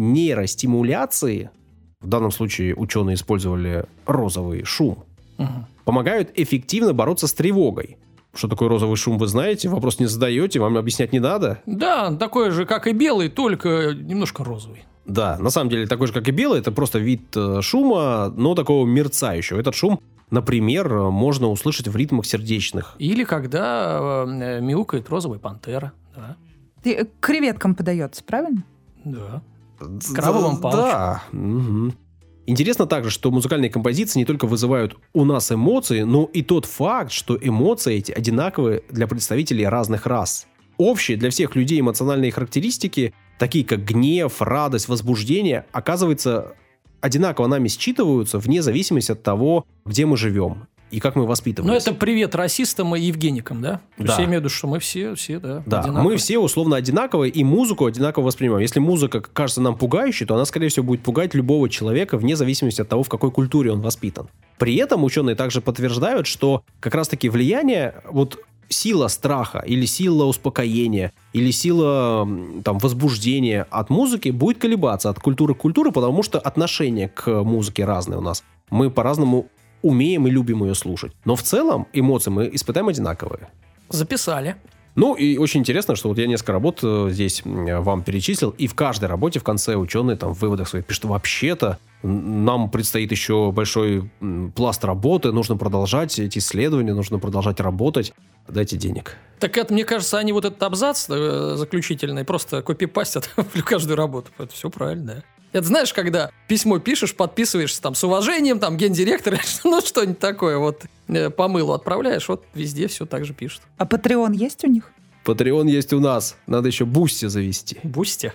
нейростимуляции, в данном случае ученые использовали розовый шум, Мгм. помогают эффективно бороться с тревогой. Что такое розовый шум, вы знаете? Вопрос не задаете, вам объяснять не надо. Да, такой же, как и белый, только немножко розовый. Да, на самом деле такой же, как и белый, это просто вид э, шума, но такого мерцающего. Этот шум, например, э, можно услышать в ритмах сердечных. Или когда э, мяукает розовая пантера. Да. Ты, э, к креветкам подается, правильно? Да. Крабовым Да, да. Мгм. Интересно также, что музыкальные композиции не только вызывают у нас эмоции, но и тот факт, что эмоции эти одинаковые для представителей разных рас. Общие для всех людей эмоциональные характеристики, такие как гнев, радость, возбуждение, оказывается, одинаково нами считываются вне зависимости от того, где мы живем и как мы воспитываемся. Ну, это привет расистам и евгеникам, да? То есть Да. я имею в виду, что мы все, все, да, Да, одинаковые. мы все условно одинаковые, и музыку одинаково воспринимаем. Если музыка кажется нам пугающей, то она, скорее всего, будет пугать любого человека вне зависимости от того, в какой культуре он воспитан. При этом ученые также подтверждают, что как раз-таки влияние, вот сила страха или сила успокоения или сила м, там, возбуждения от музыки будет колебаться от культуры к культуре, потому что отношение к музыке разное у нас. Мы по-разному умеем и любим ее слушать. Но в целом эмоции мы испытаем одинаковые. Записали. Ну, и очень интересно, что вот я несколько работ здесь вам перечислил, и в каждой работе в конце ученые там в выводах своих пишут, что вообще-то нам предстоит еще большой пласт работы, нужно продолжать эти исследования, нужно продолжать работать. Дайте денег. Так это, мне кажется, они вот этот абзац заключительный просто копипастят в каждую работу. Это все правильно, да. Это знаешь, когда письмо пишешь, подписываешься там с уважением, там гендиректор, ну что-нибудь такое, вот по мылу отправляешь, вот везде все так же пишут. А Patreon есть у них? Patreon есть у нас. Надо еще Бусти завести. Бусти?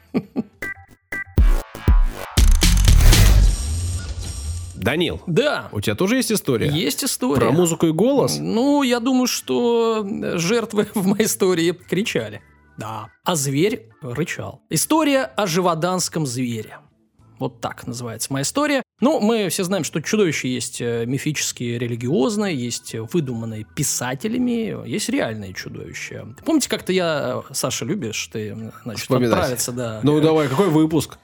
Данил, да. У тебя тоже есть история? Есть история. Про музыку и голос? Ну, я думаю, что жертвы в моей истории кричали. Да. А зверь рычал. История о живоданском звере. Вот так называется моя история. Ну, мы все знаем, что чудовища есть мифические, религиозные, есть выдуманные писателями, есть реальные чудовища. Помните, как-то я, Саша, любишь ты, значит, отправиться, да. Ну, давай, какой выпуск?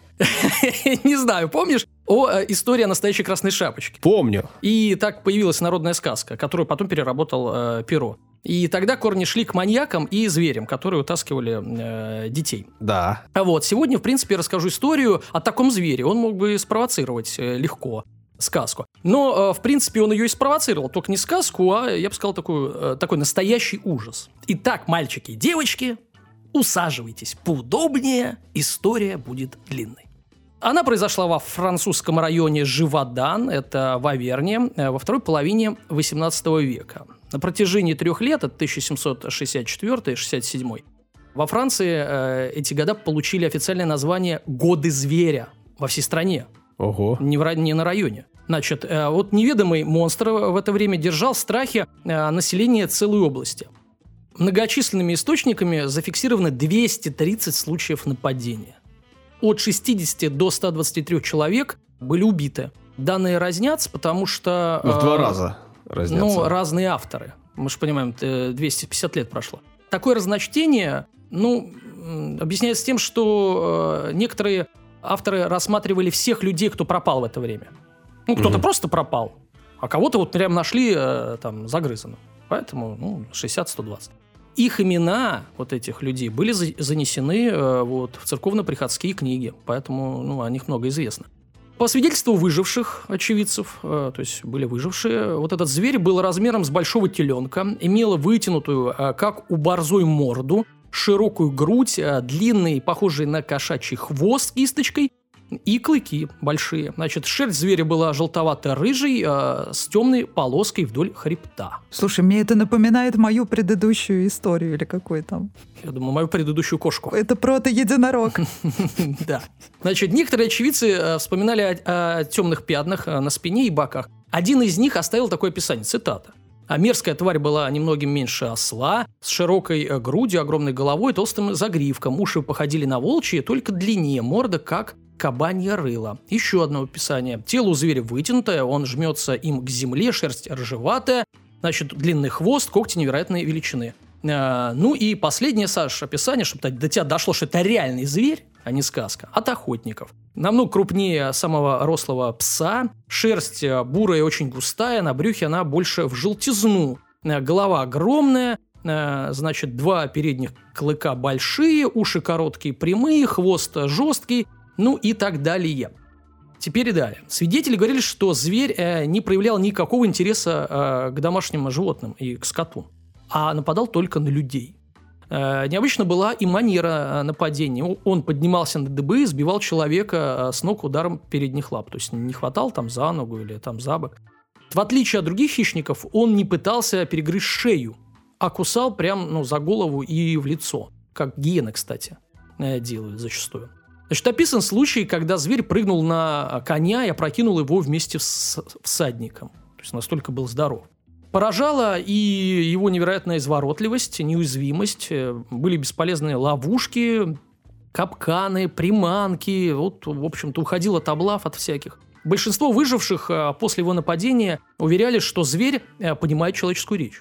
Не знаю, помнишь? О истории о настоящей красной шапочке. Помню. И так появилась народная сказка, которую потом переработал э, Перо. И тогда корни шли к маньякам и зверям, которые утаскивали э, детей. Да. А вот сегодня, в принципе, я расскажу историю о таком звере. Он мог бы спровоцировать э, легко сказку. Но, э, в принципе, он ее и спровоцировал. Только не сказку, а, я бы сказал, такой, э, такой настоящий ужас. Итак, мальчики и девочки, усаживайтесь поудобнее. История будет длинной. Она произошла во французском районе Живодан, это в Аверне, во второй половине восемнадцатого века. На протяжении трех лет, от тысяча семьсот шестьдесят четвёртый — шестьдесят седьмой, во Франции э, эти года получили официальное название «Годы зверя» во всей стране. Ого. Не, в, не на районе. Значит, э, вот неведомый монстр в это время держал в страхе э, население целой области. Многочисленными источниками зафиксировано двести тридцать случаев нападения. От шестидесяти до ста двадцати трёх человек были убиты. Данные разнятся, потому что... В два э, раза разнятся. Ну, разные авторы. Мы же понимаем, двести пятьдесят лет прошло. Такое разночтение, ну, объясняется тем, что э, некоторые авторы рассматривали всех людей, кто пропал в это время. Ну, кто-то угу. просто пропал, а кого-то вот прям нашли э, там загрызанным. Поэтому, ну, шестьдесят — сто двадцать. Их имена, вот этих людей, были занесены э, вот, в церковно-приходские книги, поэтому ну, о них много известно. По свидетельству выживших очевидцев, э, то есть были выжившие, вот этот зверь был размером с большого теленка, имел вытянутую, э, как у борзой, морду, широкую грудь, э, длинный, похожий на кошачий хвост с кисточкой и клыки большие. Значит, шерсть зверя была желтовато-рыжей, э, с темной полоской вдоль хребта. Слушай, мне это напоминает мою предыдущую историю, или какой там? Я думаю, мою предыдущую кошку. Это прото-единорог. Да. Значит, некоторые очевидцы вспоминали о темных пятнах на спине и боках. Один из них оставил такое описание, цитата. А мерзкая тварь была немногим меньше осла, с широкой грудью, огромной головой, толстым загривком. Уши походили на волчьи, только длиннее, морда как кабанье рыло. Еще одно описание. Тело у зверя вытянутое, он жмется им к земле, шерсть рыжеватая, значит, длинный хвост, когти невероятной величины. А, ну и последнее, Саш, описание, чтобы до тебя дошло, что это реальный зверь, а не сказка, от охотников. Намного крупнее самого рослого пса, шерсть бурая и очень густая, на брюхе она больше в желтизну. Голова огромная, значит, два передних клыка большие, уши короткие, прямые, хвост жесткий, ну и так далее. Теперь и далее. Свидетели говорили, что зверь э, не проявлял никакого интереса э, к домашним животным и к скоту, а нападал только на людей. Э, необычно была и манера нападения. Он поднимался на дыбы и сбивал человека с ног ударом передних лап. То есть не хватал там за ногу или там за бок. В отличие от других хищников, он не пытался перегрызть шею, а кусал прям ну, за голову и в лицо. Как гиены, кстати, делают зачастую. Значит, описан случай, когда зверь прыгнул на коня и опрокинул его вместе с всадником. То есть настолько был здоров. Поражала и его невероятная изворотливость, неуязвимость. Были бесполезные ловушки, капканы, приманки. Вот, в общем-то, уходил от облав, от всяких. Большинство выживших после его нападения уверяли, что зверь понимает человеческую речь.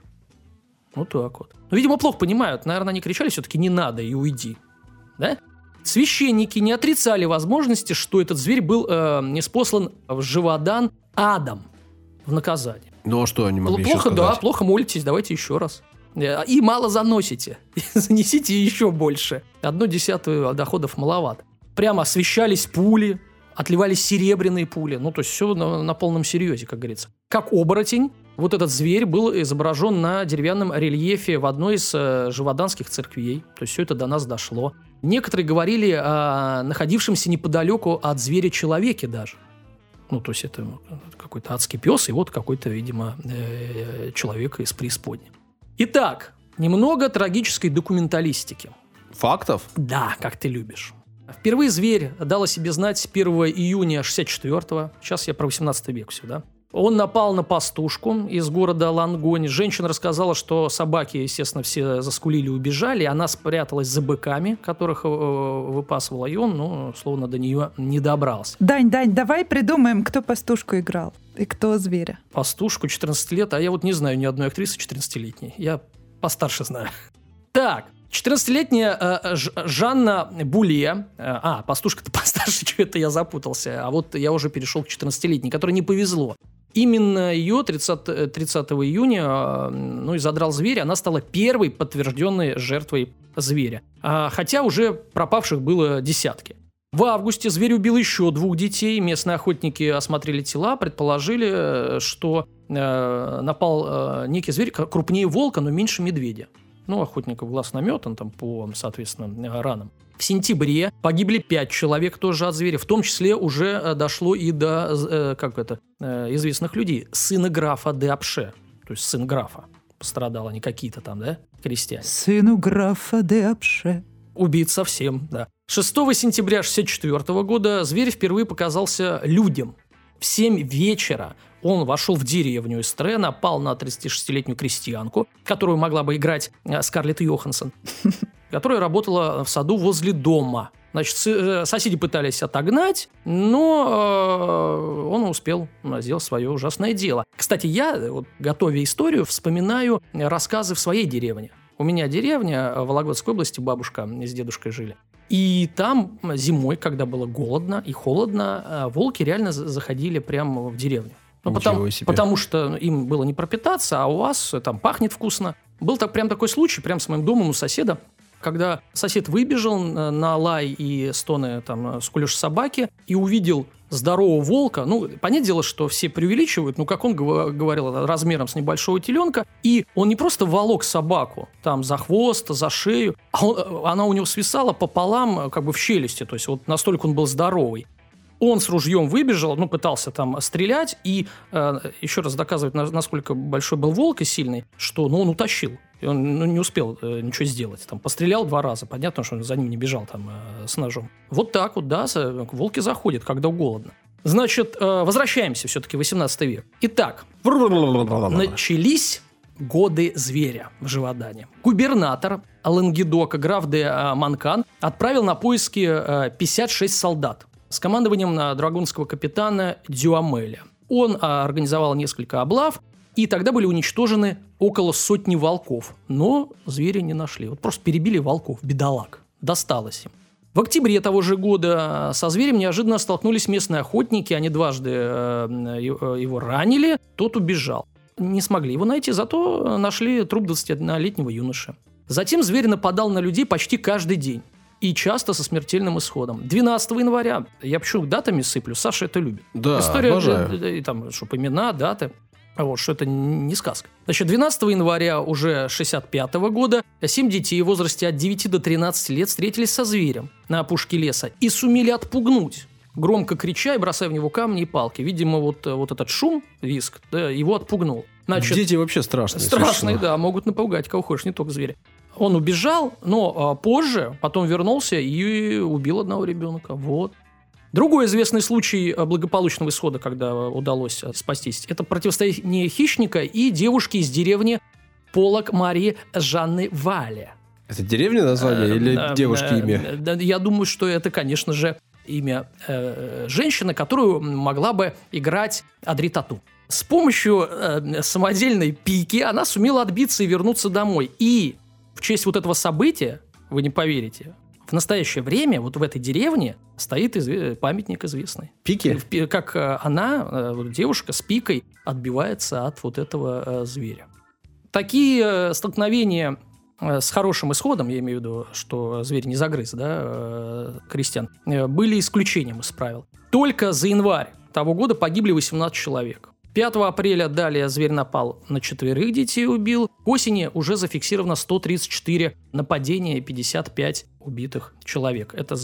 Вот так вот. Но, видимо, плохо понимают. Наверное, они кричали все-таки «не надо» и «уйди». Да? Священники не отрицали возможности, что этот зверь был э, неспослан в Живодан адом в наказание. Ну а что они могли Плохо, еще да, сказать? плохо молитесь, давайте еще раз. И мало заносите, занесите еще больше. Одну десятую доходов маловато. Прямо освещались пули, отливались серебряные пули. Ну, то есть все на, на полном серьезе, как говорится. Как оборотень, вот этот зверь был изображен на деревянном рельефе в одной из э, живоданских церквей. То есть все это до нас дошло. Некоторые говорили о находившемся неподалеку от зверя человеке даже. Ну, то есть это какой-то адский пес, и вот какой-то, видимо, э, человек из преисподней. Итак, немного трагической документалистики. Фактов? Да, как ты любишь. Впервые зверь дал о себе знать первого июня шестьдесят четвёртого. Сейчас я про восемнадцатый век все, да? Он напал на пастушку из города Лангонь. Женщина рассказала, что собаки, естественно, все заскулили и убежали. Она спряталась за быками, которых э, выпасывала, и он, ну, словно до нее не добрался. Дань, Дань, давай придумаем, кто пастушку играл и кто зверя. Пастушку, четырнадцать лет, а я вот не знаю ни одной актрисы четырнадцатилетней. Я постарше знаю. Так, четырнадцатилетняя э, Ж, Жанна Буле. Э, а, пастушка-то постарше, что это я запутался. А вот я уже перешел к четырнадцатилетней, которой не повезло. Именно ее тридцатого июня, ну и задрал зверь, она стала первой подтвержденной жертвой зверя. А, хотя уже пропавших было десятки. В августе зверь убил еще двух детей. Местные охотники осмотрели тела, предположили, что э, напал э, некий зверь крупнее волка, но меньше медведя. Ну, охотников глаз наметан там по, соответственно, ранам. В сентябре погибли пять человек тоже от зверя. В том числе уже дошло и до, э, как это, э, известных людей. Сына графа де Апше. То есть сын графа пострадал, а не какие-то там, да, крестьяне. Сыну графа де Апше. Убит совсем, да. шестого сентября шестьдесят четвёртого года зверь впервые показался людям. В семь вечера он вошел в деревню Эстре, напал на тридцатишестилетнюю крестьянку, которую могла бы играть Скарлетт Йоханссон, которая работала в саду возле дома. Значит, соседи пытались отогнать, но он успел сделать свое ужасное дело. Кстати, я, вот, готовя историю, вспоминаю рассказы в своей деревне. У меня деревня в Вологодской области, бабушка с дедушкой жили. И там зимой, когда было голодно и холодно, волки реально заходили прямо в деревню. Ну, потому, потому что им было не пропитаться, а у вас там пахнет вкусно. Был так, прям такой случай, прям с моим домом у соседа, когда сосед выбежал на лай и стоны там скулёж собаки и увидел здорового волка. Ну, понятное дело, что все преувеличивают, ну, как он говорил, размером с небольшого теленка. И он не просто волок собаку там за хвост, за шею, а он, она у него свисала пополам, как бы в челюсти. То есть вот настолько он был здоровый. Он с ружьем выбежал, ну, пытался там стрелять и э, еще раз доказывать, насколько большой был волк и сильный, что, ну, он утащил. И он, ну, не успел э, ничего сделать. Там пострелял два раза. Понятно, что он за ним не бежал там э, с ножом. Вот так вот, да, волки заходят, когда голодно. Значит, э, возвращаемся все-таки в восемнадцатый век. Итак, начались годы зверя в Живодане. Губернатор Лангедока, граф де Манкан, отправил на поиски э, пятьдесят шесть солдат с командованием драгунского капитана Дюамеля. Он а, организовал несколько облав, и тогда были уничтожены около сотни волков. Но зверя не нашли. Вот просто перебили волков, бедолаг. Досталось им. В октябре того же года со зверем неожиданно столкнулись местные охотники. Они дважды э, его ранили, тот убежал. Не смогли его найти, зато нашли труп двадцатиоднолетнего юноши. Затем зверь нападал на людей почти каждый день. И часто со смертельным исходом. двенадцатого января, я почему датами сыплю, Саша это любит. Да, история, обожаю. И там, чтобы имена, даты, вот, что это не сказка. Значит, двенадцатого января уже шестьдесят пятого года семь детей в возрасте от девяти до тринадцати лет встретились со зверем на опушке леса и сумели отпугнуть, громко крича и бросая в него камни и палки. Видимо, вот, вот этот шум, визг, да, его отпугнул. Значит, дети вообще страшные. Страшные, да, могут напугать кого хочешь, не только зверя. Он убежал, но а, позже, потом вернулся и убил одного ребенка. Вот. Другой известный случай благополучного исхода, когда удалось спастись, это противостояние хищника и девушки из деревни Полок Марии Жанны Вале. Это деревня название или девушки имя? Я думаю, что это, конечно же, имя э, женщины, которую могла бы играть Адри Тату. С помощью э, самодельной пики она сумела отбиться и вернуться домой. И в честь вот этого события, вы не поверите, В настоящее время вот в этой деревне стоит изв... памятник известный. Пики? Как она, девушка с пикой, отбивается от вот этого зверя. Такие столкновения с хорошим исходом, я имею в виду, что зверь не загрыз, да, крестьян, были исключением из правил. Только за январь того года погибли восемнадцать человек. пятого апреля далее зверь напал на четверых детей, убил. К осени уже зафиксировано сто тридцать четыре нападения и пятьдесят пять убитых человек. Это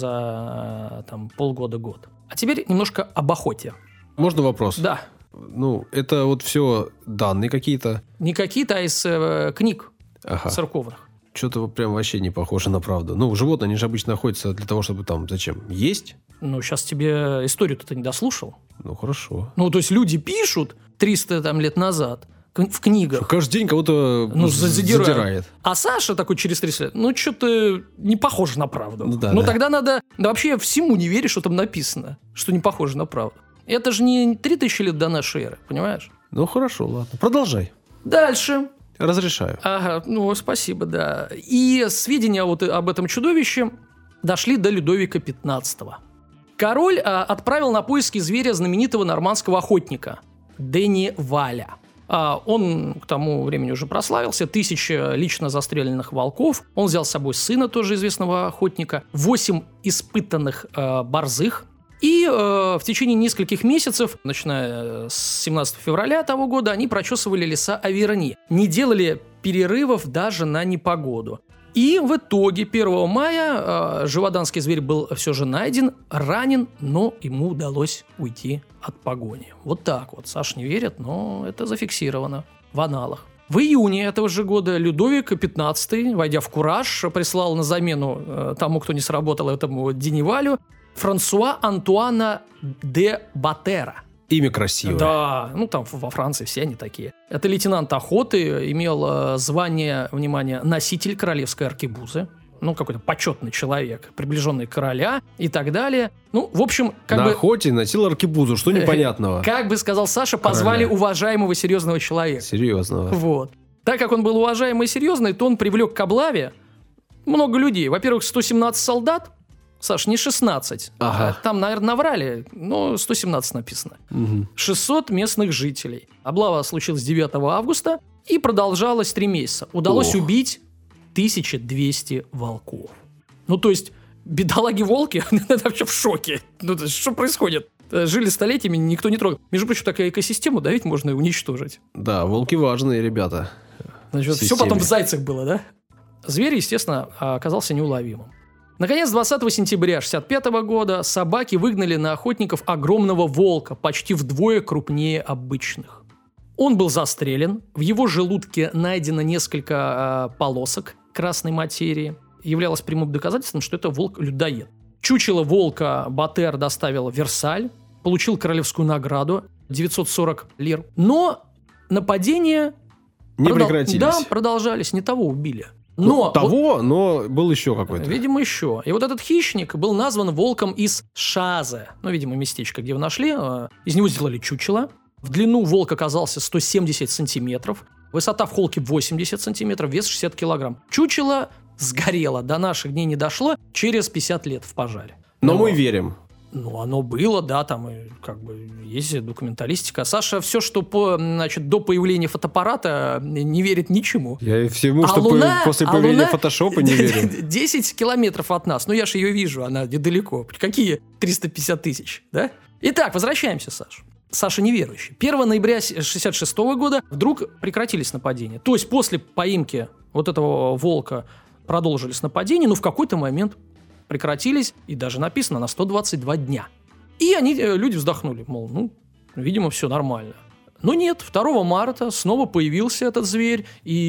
за там, полгода-год. А теперь немножко об охоте. Можно вопрос? Да. Ну, это вот все данные какие-то? Не какие-то, а из э, книг ага. церковных. Что-то прям вообще не похоже на правду. Ну, животные, они же обычно охотятся для того, чтобы там, зачем? Есть? Ну, сейчас тебе историю-то ты не дослушал. Ну, хорошо. Ну, то есть люди пишут триста там, лет назад в книгах. Что каждый день кого-то ну, задирает. задирает. А Саша такой через тридцать лет, ну, что-то не похоже на правду. Ну, да, ну да. тогда надо... Да вообще всему не верить, что там написано, что не похоже на правду. Это же не три тысячи лет до нашей эры, понимаешь? Ну, хорошо, ладно. Продолжай. Дальше. Разрешаю. Ага, ну, спасибо, да. И сведения вот об этом чудовище дошли до Людовика пятнадцатого. Король а, отправил на поиски зверя знаменитого нормандского охотника Дени Валя. А, он к тому времени уже прославился. Тысяча лично застреленных волков. Он взял с собой сына, тоже известного охотника. Восемь испытанных а, борзых. И э, в течение нескольких месяцев, начиная с семнадцатого февраля того года, они прочесывали леса Аверни. Не делали перерывов даже на непогоду. И в итоге первого мая э, живоданский зверь был все же найден, ранен, но ему удалось уйти от погони. Вот так вот. Саш не верит, но это зафиксировано в аналах. В июне этого же года Людовик пятнадцатый, войдя в кураж, прислал на замену э, тому, кто не сработал, этому Денивалю, Франсуа Антуана де Батера. Имя красивое. Да, ну там во Франции все они такие. Это лейтенант охоты, имел э, звание, внимание, носитель королевской аркебузы. Ну, какой-то почетный человек, приближенный короля и так далее. Ну, в общем, как На бы... охоте носил аркебузу, что непонятного? Как бы сказал Саша, позвали Короля. Уважаемого серьезного человека. Серьезного. Вот. Так как он был уважаемый и серьезный, то он привлек к облаве много людей. Во-первых, сто семнадцать солдат. Саш, не шестнадцать. Ага. Там, наверное, наврали, но сто семнадцать написано. Угу. шестьсот местных жителей. Облава случилась девятого августа и продолжалась три месяца. Удалось Ох. убить тысяча двести волков. Ну, то есть, бедолаги-волки вообще в шоке. Ну, то есть, что происходит? Жили столетиями, никто не трогал. Между прочим, такая экосистему давить можно и уничтожить. Да, волки важные ребята. Значит, все потом в зайцах было, да? Зверь, естественно, оказался неуловимым. Наконец, двадцатого сентября шестьдесят пятого года собаки выгнали на охотников огромного волка, почти вдвое крупнее обычных. Он был застрелен, в его желудке найдено несколько э, полосок красной материи. Являлось прямым доказательством, что это волк-людоед. Чучело волка Батер доставил в Версаль, получил королевскую награду девятьсот сорок лир. Но нападения Не продол- прекратились. Да, продолжались, не того убили. Но, Но того, вот, но был еще какой-то. Видимо, еще. И вот этот хищник был назван волком из Шазе. Ну, видимо, местечко, где его нашли. Из него сделали чучело. В длину волк оказался сто семьдесят сантиметров. Высота в холке восемьдесят сантиметров, вес шестьдесят килограмм. Чучело сгорело, до наших дней не дошло, через пятьдесят лет в пожаре. Но, но мы верим. Ну, оно было, да, там и, как бы есть документалистика. Саша все, что по, значит, до появления фотоаппарата, не верит ничему. Я всему, а что луна, после а появления луна фотошопа не верю. десять километров от нас. Ну, я же ее вижу, она недалеко. Какие триста пятьдесят тысяч, да? Итак, возвращаемся, Саша. Саша неверующий. первого ноября шестьдесят шестого года вдруг прекратились нападения. То есть после поимки вот этого волка продолжились нападения, но в какой-то момент прекратились, и даже написано на сто двадцать два дня. И они, люди вздохнули, мол, ну, видимо, все нормально. Но нет, второго марта снова появился этот зверь,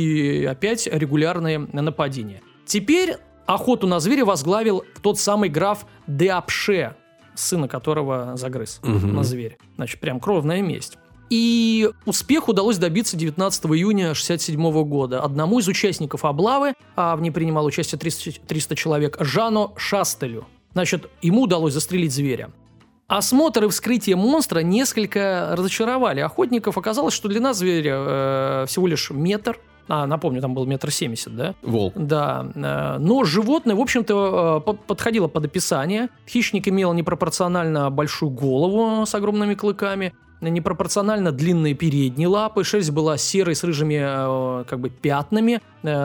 и опять регулярные нападения. Теперь охоту на зверя возглавил тот самый граф де Апше, сына которого загрыз угу. на зверя. Значит, прям кровная месть. И успех удалось добиться девятнадцатого июня шестьдесят седьмого года. Одному из участников облавы, а в ней принимало участие триста человек, Жану Шастелю. Значит, ему удалось застрелить зверя. Осмотр и вскрытие монстра несколько разочаровали охотников. Оказалось, что длина зверя э, всего лишь метр, А, напомню, там был метр семьдесят, да? Волк. Да. Но животное, в общем-то, подходило под описание. Хищник имел непропорционально большую голову с огромными клыками, непропорционально длинные передние лапы, шерсть была серой с рыжими как бы пятнами,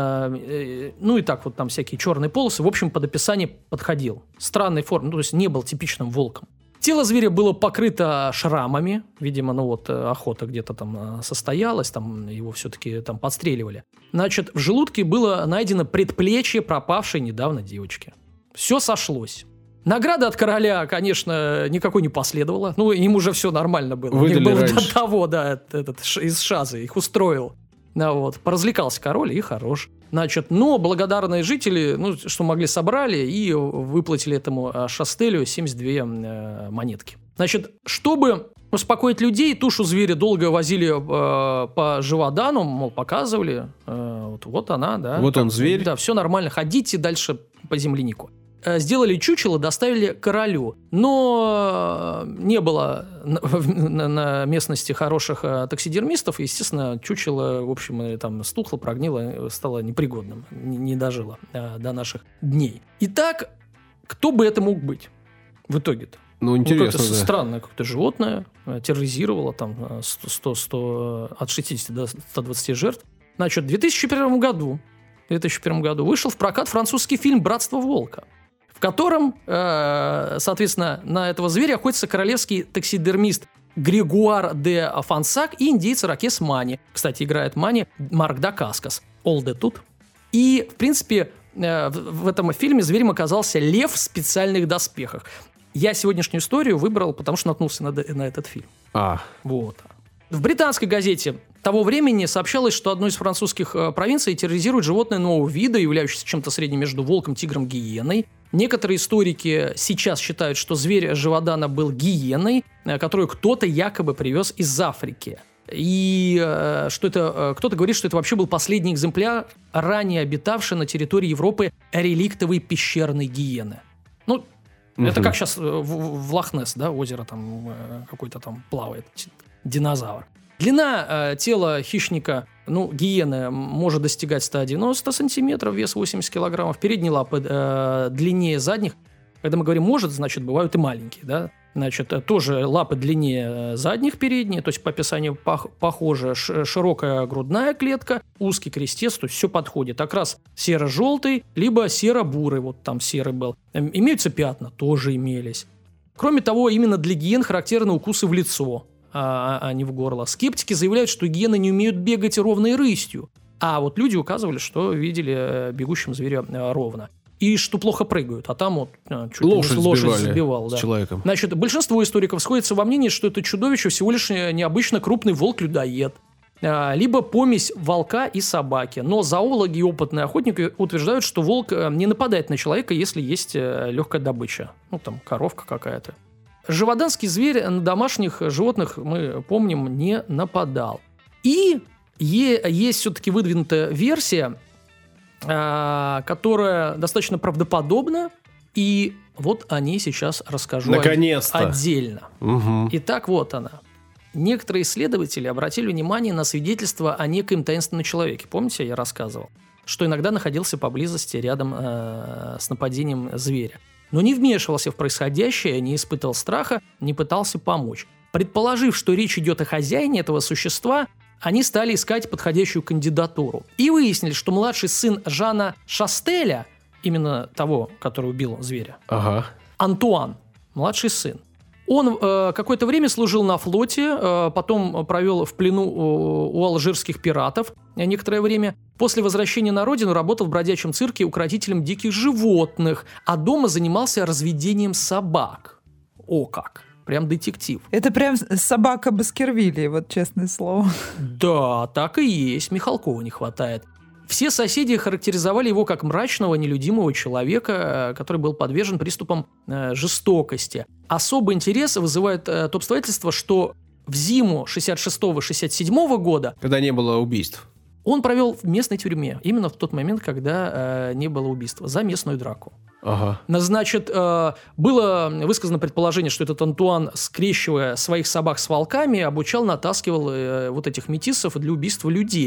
ну и так вот там всякие черные полосы. В общем, под описание подходил. Странной формы, ну, то есть не был типичным волком. Тело зверя было покрыто шрамами, видимо, ну вот охота где-то там состоялась, там его все-таки там подстреливали. Значит, в желудке было найдено предплечье пропавшей недавно девочки. Все сошлось. Награды от короля, конечно, никакой не последовало. Ну, им уже все нормально было. Выдали У них было раньше. до того, да, этот из Шазы их устроил. Да, вот. Поразвлекался король и хорош. Значит, но благодарные жители, ну, что могли, собрали и выплатили этому Шастелю семьдесят две э, монетки. Значит, чтобы успокоить людей, тушу зверя долго возили э, по Живодану, мол, показывали. Э, вот, вот она, да. Вот он, зверь. Да, все нормально, ходите дальше по землянику. Сделали чучело, доставили королю. Но не было на, на местности хороших таксидермистов. Естественно, чучело, в общем, там стухло, прогнило, стало непригодным. Не, не дожило до наших дней. Итак, кто бы это мог быть в итоге-то? Ну, интересно, ну, как-то да. Странное какое-то животное, терроризировало там сто, сто, от шестидесяти до ста двадцати жертв. Значит, в две тысячи первом году, в две тысячи первом году вышел в прокат французский фильм «Братство волка», в котором, э, соответственно, на этого зверя охотится королевский таксидермист Грегуар де Фансак и индейец Ракес Мани. Кстати, играет Мани Марк Дакаскас. All де тут. И, в принципе, э, в, в этом фильме зверем оказался лев в специальных доспехах. Я сегодняшнюю историю выбрал, потому что наткнулся на, на этот фильм. А. Вот. В британской газете того времени сообщалось, что одну из французских э, провинций терроризирует животное нового вида, являющееся чем-то средним между волком, тигром, гиеной. Некоторые историки сейчас считают, что зверь Живодана был гиеной, э, которую кто-то якобы привез из Африки. И э, что это, э, кто-то говорит, что это вообще был последний экземпляр, ранее обитавший на территории Европы реликтовой пещерной гиены. Ну, угу. Это как сейчас в, в Лох-Несс, да, озеро там э, какое-то там плавает, динозавр. Длина э, тела хищника, ну, гиены, может достигать ста девяноста сантиметров, вес восемьдесят килограммов. Передние лапы э, длиннее задних. Когда мы говорим «может», значит, бывают и маленькие, да. Значит, тоже лапы длиннее задних передние, то есть по описанию пох- похоже. Ш- широкая грудная клетка, узкий крестец, то есть все подходит. Окрас серо-желтый, либо серо-бурый, вот там серый был. Эм, имеются пятна, тоже имелись. Кроме того, именно для гиен характерны укусы в лицо, а, а не в горло. Скептики заявляют, что гиены не умеют бегать ровной рысью, а вот люди указывали, что видели бегущим зверя ровно. И что плохо прыгают, а там вот чуть лошадь, лошадь сбивал. с Да. человеком. Значит, большинство историков сходятся во мнении, что это чудовище всего лишь необычно крупный волк-людоед, либо помесь волка и собаки. Но зоологи и опытные охотники утверждают, что волк не нападает на человека, если есть легкая добыча. Ну, там, коровка какая-то. Живоданский зверь на домашних животных, мы помним, не нападал. И е- есть все-таки выдвинутая версия, э- которая достаточно правдоподобна, и вот о ней сейчас расскажу Наконец-то. От- отдельно. Угу. Итак, вот она. Некоторые исследователи обратили внимание на свидетельство о некоем таинственном человеке. Помните, я рассказывал, что иногда находился поблизости рядом э- с нападением зверя. Но не вмешивался в происходящее, не испытывал страха, не пытался помочь. Предположив, что речь идет о хозяине этого существа, они стали искать подходящую кандидатуру. И выяснили, что младший сын Жана Шастеля, именно того, который убил зверя, Ага. Антуан, младший сын, он э, какое-то время служил на флоте, э, потом провел в плену у, у алжирских пиратов некоторое время. После возвращения на родину работал в бродячем цирке укротителем диких животных, а дома занимался разведением собак. О как! Прям детектив. Это прям собака Баскервилей, вот честное слово. Да, так и есть. Михалкова не хватает. Все соседи характеризовали его как мрачного, нелюдимого человека, который был подвержен приступам э, жестокости. Особый интерес вызывает э, то обстоятельство, что в зиму шестьдесят шестого - шестьдесят седьмого года Когда не было убийств. он провел в местной тюрьме, именно в тот момент, когда э, не было убийства, за местную драку. Ага. Значит, э, было высказано предположение, что этот Антуан, скрещивая своих собак с волками, обучал, натаскивал э, вот этих метисов для убийства людей.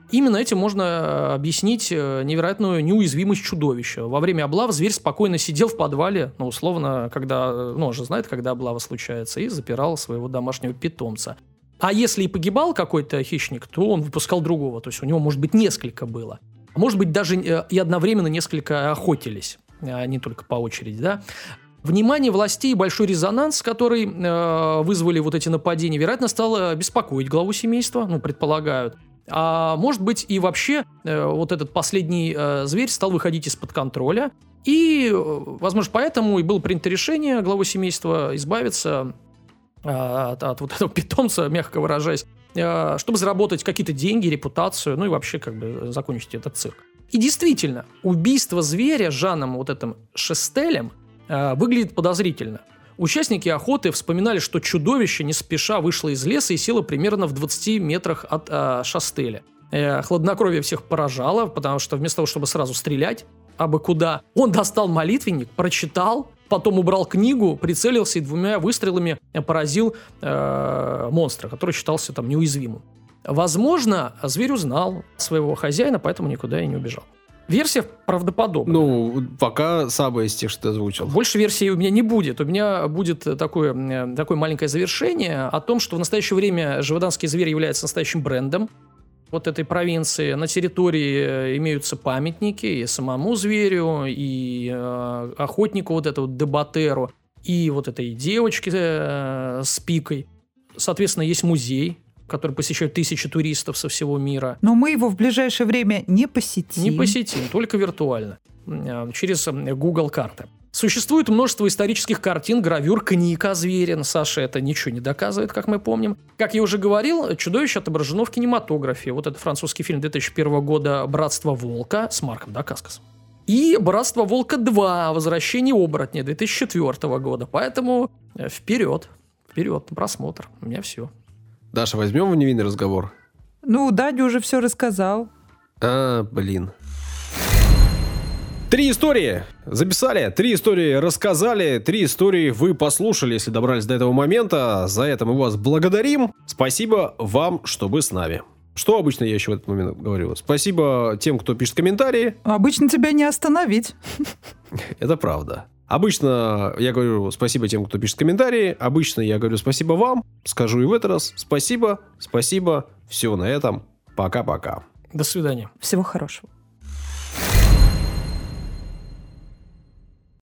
Именно этим можно объяснить невероятную неуязвимость чудовища. Во время облав зверь спокойно сидел в подвале, ну, условно, когда, ну, он же знает, когда облава случается, и запирал своего домашнего питомца. А если и погибал какой-то хищник, то он выпускал другого. То есть у него, может быть, несколько было. А может быть, даже и одновременно несколько охотились, а не только по очереди, да. Внимание властей и большой резонанс, который э, вызвали вот эти нападения, вероятно, стало беспокоить главу семейства, ну, предполагают. А может быть, и вообще э, вот этот последний э, зверь стал выходить из-под контроля. И, э, возможно, поэтому и было принято решение главы семейства избавиться э, от, от вот этого питомца, мягко выражаясь, э, чтобы заработать какие-то деньги, репутацию, ну и вообще как бы закончить этот цирк. И действительно, убийство зверя Жаном вот этим Шестелем выглядит подозрительно. Участники охоты вспоминали, что чудовище не спеша вышло из леса и село примерно в двадцати метрах от э, Шастеля. Э, хладнокровие всех поражало, потому что вместо того, чтобы сразу стрелять, абы куда, он достал молитвенник, прочитал, потом убрал книгу, прицелился и двумя выстрелами поразил э, монстра, который считался там неуязвимым. Возможно, зверь узнал своего хозяина, поэтому никуда и не убежал. Версия правдоподобная. Ну, пока самая из тех, что ты озвучил. Больше версий у меня не будет. У меня будет такое, такое маленькое завершение о том, что в настоящее время живоданский зверь является настоящим брендом вот этой провинции. На территории имеются памятники и самому зверю, и э, охотнику вот этому Дебатеру, и вот этой девочке э, с пикой. Соответственно, есть музей, который посещают тысячи туристов со всего мира. Но мы его в ближайшее время не посетим. Не посетим, только виртуально, через Google карты. Существует множество исторических картин, гравюр, книг о звере. Саша это ничего не доказывает, как мы помним. Как я уже говорил, чудовище отображено в кинематографе. Вот это французский фильм две тысячи первого года «Братство волка» с Марком Дакаскосом. И «Братство волка два. Возвращение оборотня» две тысячи четвёртого года. Поэтому вперед, вперед на просмотр. У меня все. Даша, возьмем в невинный разговор? Ну, Даня уже все рассказал. А, блин. Три истории записали, три истории рассказали, три истории вы послушали, если добрались до этого момента. За это мы вас благодарим. Спасибо вам, что вы с нами. Что обычно я еще в этот момент говорю? Спасибо тем, кто пишет комментарии. Обычно тебя не остановить. Это правда. Обычно я говорю спасибо тем, кто пишет комментарии. Обычно я говорю спасибо вам. Скажу и в этот раз спасибо, спасибо. Все на этом. Пока-пока. До свидания. Всего хорошего.